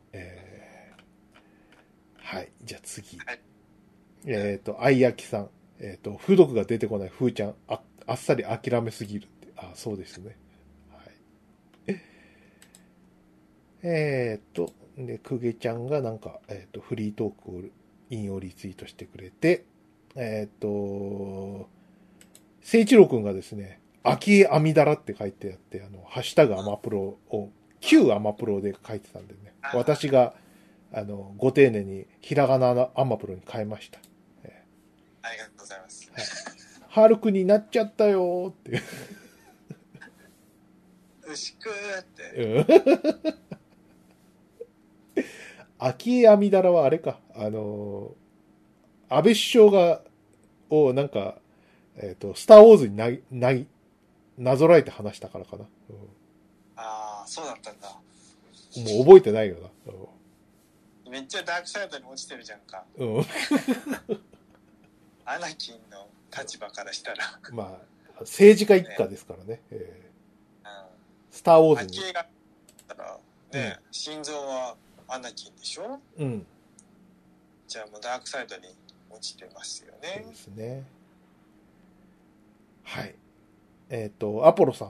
はい。じゃあ次。はい、あいやきさん。風毒が出てこないふーちゃん、あっさり諦めすぎるって。あ、そうですね。はい。で、くげちゃんがなんか、フリートークを引用リツイートしてくれて、聖一郎くんがですね、秋江阿弥陀羅って書いてあって、ハッシュタグアマプロを、旧アマプロで書いてたんでね、私が、ご丁寧にひらがなのアマプロに変えました。 ありがとうございます。はい、 ハルクになっちゃったよーって。 牛くーって。 秋江阿弥陀羅はあれか、安倍首相が、なんか、スターウォーズになぞらえて話したからかな。 ああ、そうだったんだ。もう覚えてないよな。 めっちゃダークサイドに落ちてるじゃんか。アナキンの立場からしたら。 まあ、政治家一家ですからね。スターウォーズに。 秋江がだからね、心臓はアナキンでしょ。うん。じゃあもうダークサイドに落ちてますよね。 そうですね。はい。アポロさん。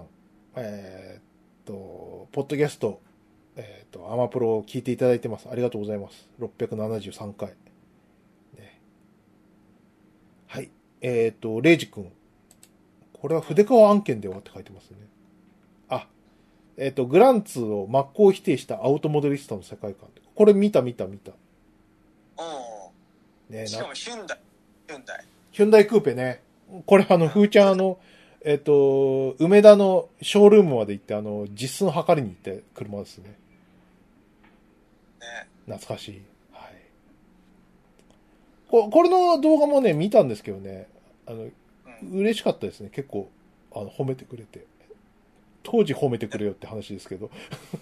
ポッドキャスト、アマプロを聞いていただいてます。ありがとうございます。673回。ね、はい。レイジ君。これは筆川案件ではって書いてますね。あ、グランツを真っ向否定したアウトモデリスタの世界観。これ見た。 おね、しかもヒュンダイクーペね。これふーちゃん梅田のショールームまで行って、実寸測りに行って車ですね。懐かしい。はい。これの動画もね、見たんですけどね、嬉しかったですね。結構、褒めてくれて。当時褒めてくれよって話ですけど。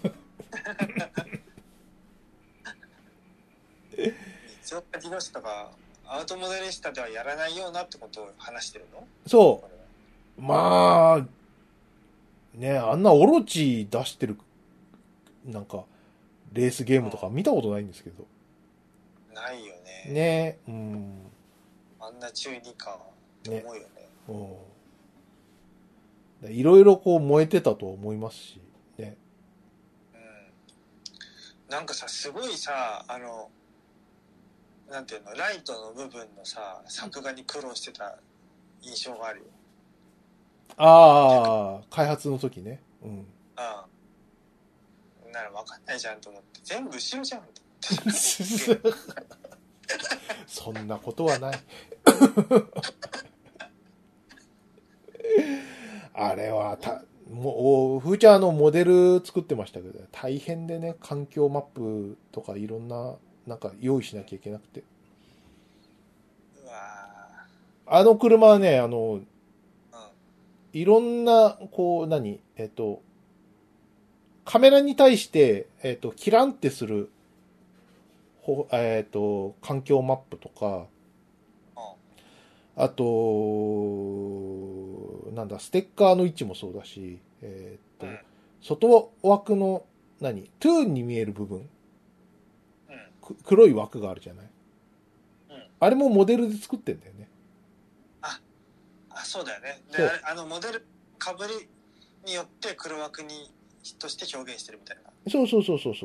三岡木下がアウトモデリスタではやらないようなってことを話してるの？ そう。まあ、ね、あんなオロチ出してる、なんか、レースゲームとか見たことないんですけど。 ないよね。 ね、うん。 あんな中二感って思うよね。 うん。いろいろこう燃えてたと思いますし、ね。 うん。なんかさ、すごいさ、なんていうの、ライトの部分のさ、作画に苦労してた印象があるよ。 ああ、開発の時ね。うん。 ああ。なら分かんないじゃんと思って。全部後ろじゃんと思って。 そんなことはない。あれはもう、フーチャーのモデル作ってましたけど、大変でね、環境マップとかいろんな、なんか用意しなきゃいけなくて。 うわ車はね、いろんな、こう、カメラに対して、キランってする、環境マップとか、あと、ステッカーの位置もそうだし、外枠の、トゥーンに見える部分、黒い枠があるじゃない、あれもモデルで作ってんだよね。 そうだよね。で、モデルかぶりによって黒枠にとして表現してるみたいな。 そう。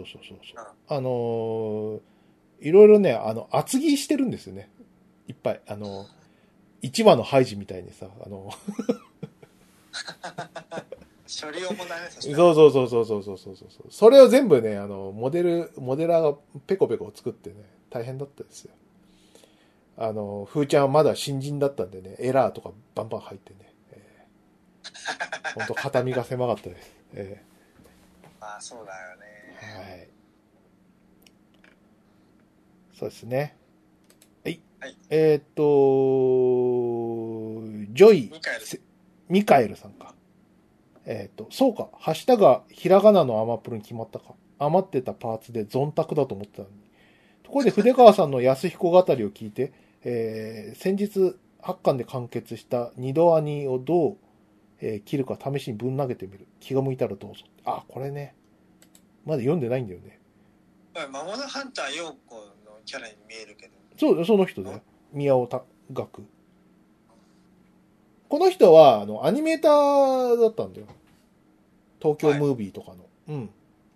いろいろね、厚着してるんですよね。いっぱい。1話のハイジみたいにさ、 処理用もだね、 そう。それを全部ね、モデラーがペコペコ作ってね、大変だったですよ。ふーちゃんはまだ新人だったんでね、エラーとかバンバン入ってね。本当肩身が狭かったです。 まあ、そうだよね。 はい。そうですね。はい。はい、ジョイ、ミカエルさんか。そうか。ハッシュタグがひらがなのアマプロに決まったか。余ってたパーツでゾンタクだと思ってたのに。 ところで筆川さんの安彦語りを聞いて、先日8巻で完結した二度アニをどう、切るか試しにぶん投げてみる。気が向いたらどうぞ。あ、これね。まだ読んでないんだよね。 魔物ハンター陽子のキャラに見えるけど。 そう、その人だよ。宮尾学。この人は、アニメーターだったんだよ。東京ムービーとかの。はい、うん。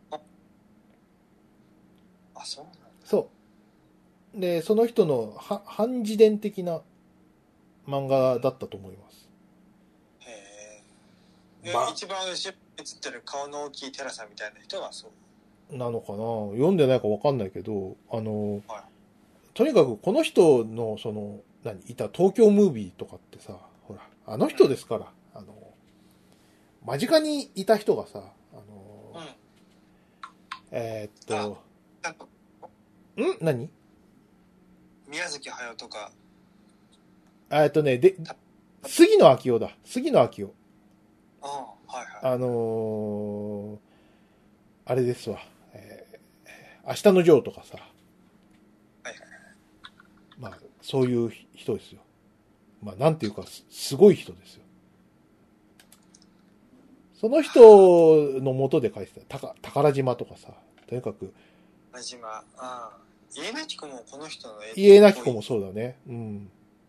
あ、そうなんだ。 そう。で、その人の半自伝的な漫画だったと思います。 へえ。一番後ろに写ってる顔の大きいテラさんみたいな人はそうなのかな、読んでないか分かんないけど、 はい、 とにかくこの人のいた東京ムービーとかってさ、ほら、あの人ですから、間近にいた人がさ、何宮崎駿とか。 杉野明夫だ。杉野明夫。 はいはい。 あれですわ。明日のジョーとかさ。 はいはい。 まあ、そういう人ですよ。まあ、なんていうか、すごい人ですよ。その人の元で書いてた。宝島とかさ。とにかく。 宝島。家なき子もこの人の家なき子もそうだね。うん。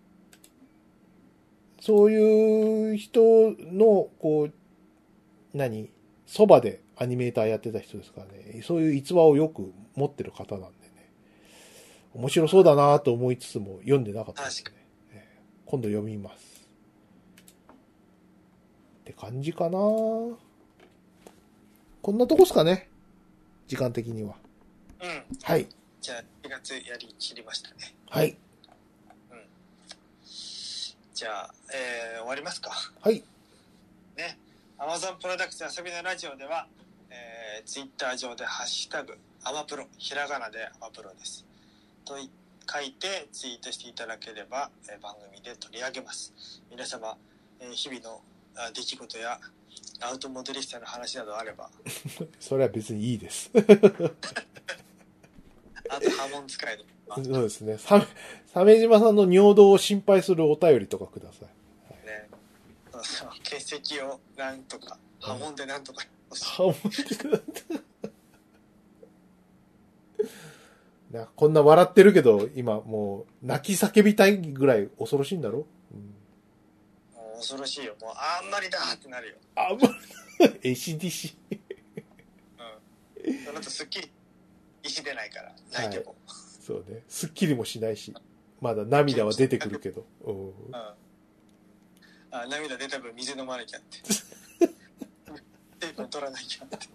そういう人の、こう、そばでアニメーターやってた人ですからね。そういう逸話をよく持ってる方なんでね。面白そうだなと思いつつも読んでなかったですね。今度読みます。って感じかな。こんなとこっすかね。時間的には。 うん。 はい。 じゃあ、2月やりきりましたね。 はい。 うん。じゃあ、終わりますか。 はい。 ね。Amazon プロダクツ遊びのラジオでは、Twitter 上でハッシュタグ、アマプロ、ひらがなでアマプロです。と書いてツイートしていただければ、番組で取り上げます。皆様、日々の出来事やアウトモデリスタの話などあればそれは別にいいですあと波紋使いのそうですね。鮫島さんの尿道を心配するお便りとかください、 はいね、血石をなんとか波紋でなんとか波紋でなんとかこんな笑ってるけど今もう泣き叫びたいぐらい恐ろしいんだろ、 もう恐ろしいよ。もうあんまりだってなるよ。 あんまりACDC その後すっきり石出ないから泣いても、はい、 そうね、すっきりもしないしまだ涙は出てくるけど、 涙出た分水飲まなきゃって水分取らなきゃって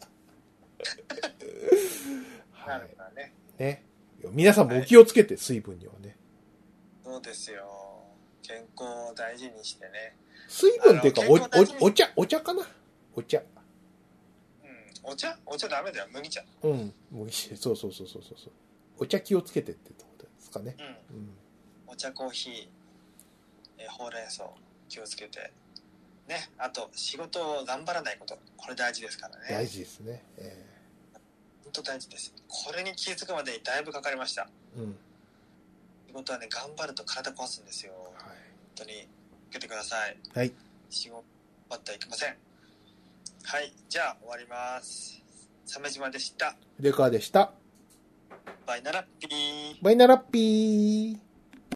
なるからね。 ね、皆さんもお気をつけて、はい、水分にはね。 そうですよ。健康を大事にしてね。 水分っていうかお茶かな。お茶。 お茶ダメだよ。麦茶。 麦茶。そう。お茶気をつけてってとこですかね。 お茶、コーヒー、ほうれん草気をつけて。ね。あと仕事を頑張らないこと。これ大事ですからね。 大事ですね。 本当大事です。これに気づくまでにだいぶかかりました。仕事はね、頑張ると体壊すんですよ。はい、本当に受けてください。 はい。 仕事ばったらいけません。はい、じゃあ終わります。鮫島でした。 筆川でした。 バイナラッピー。 バイナラッピー。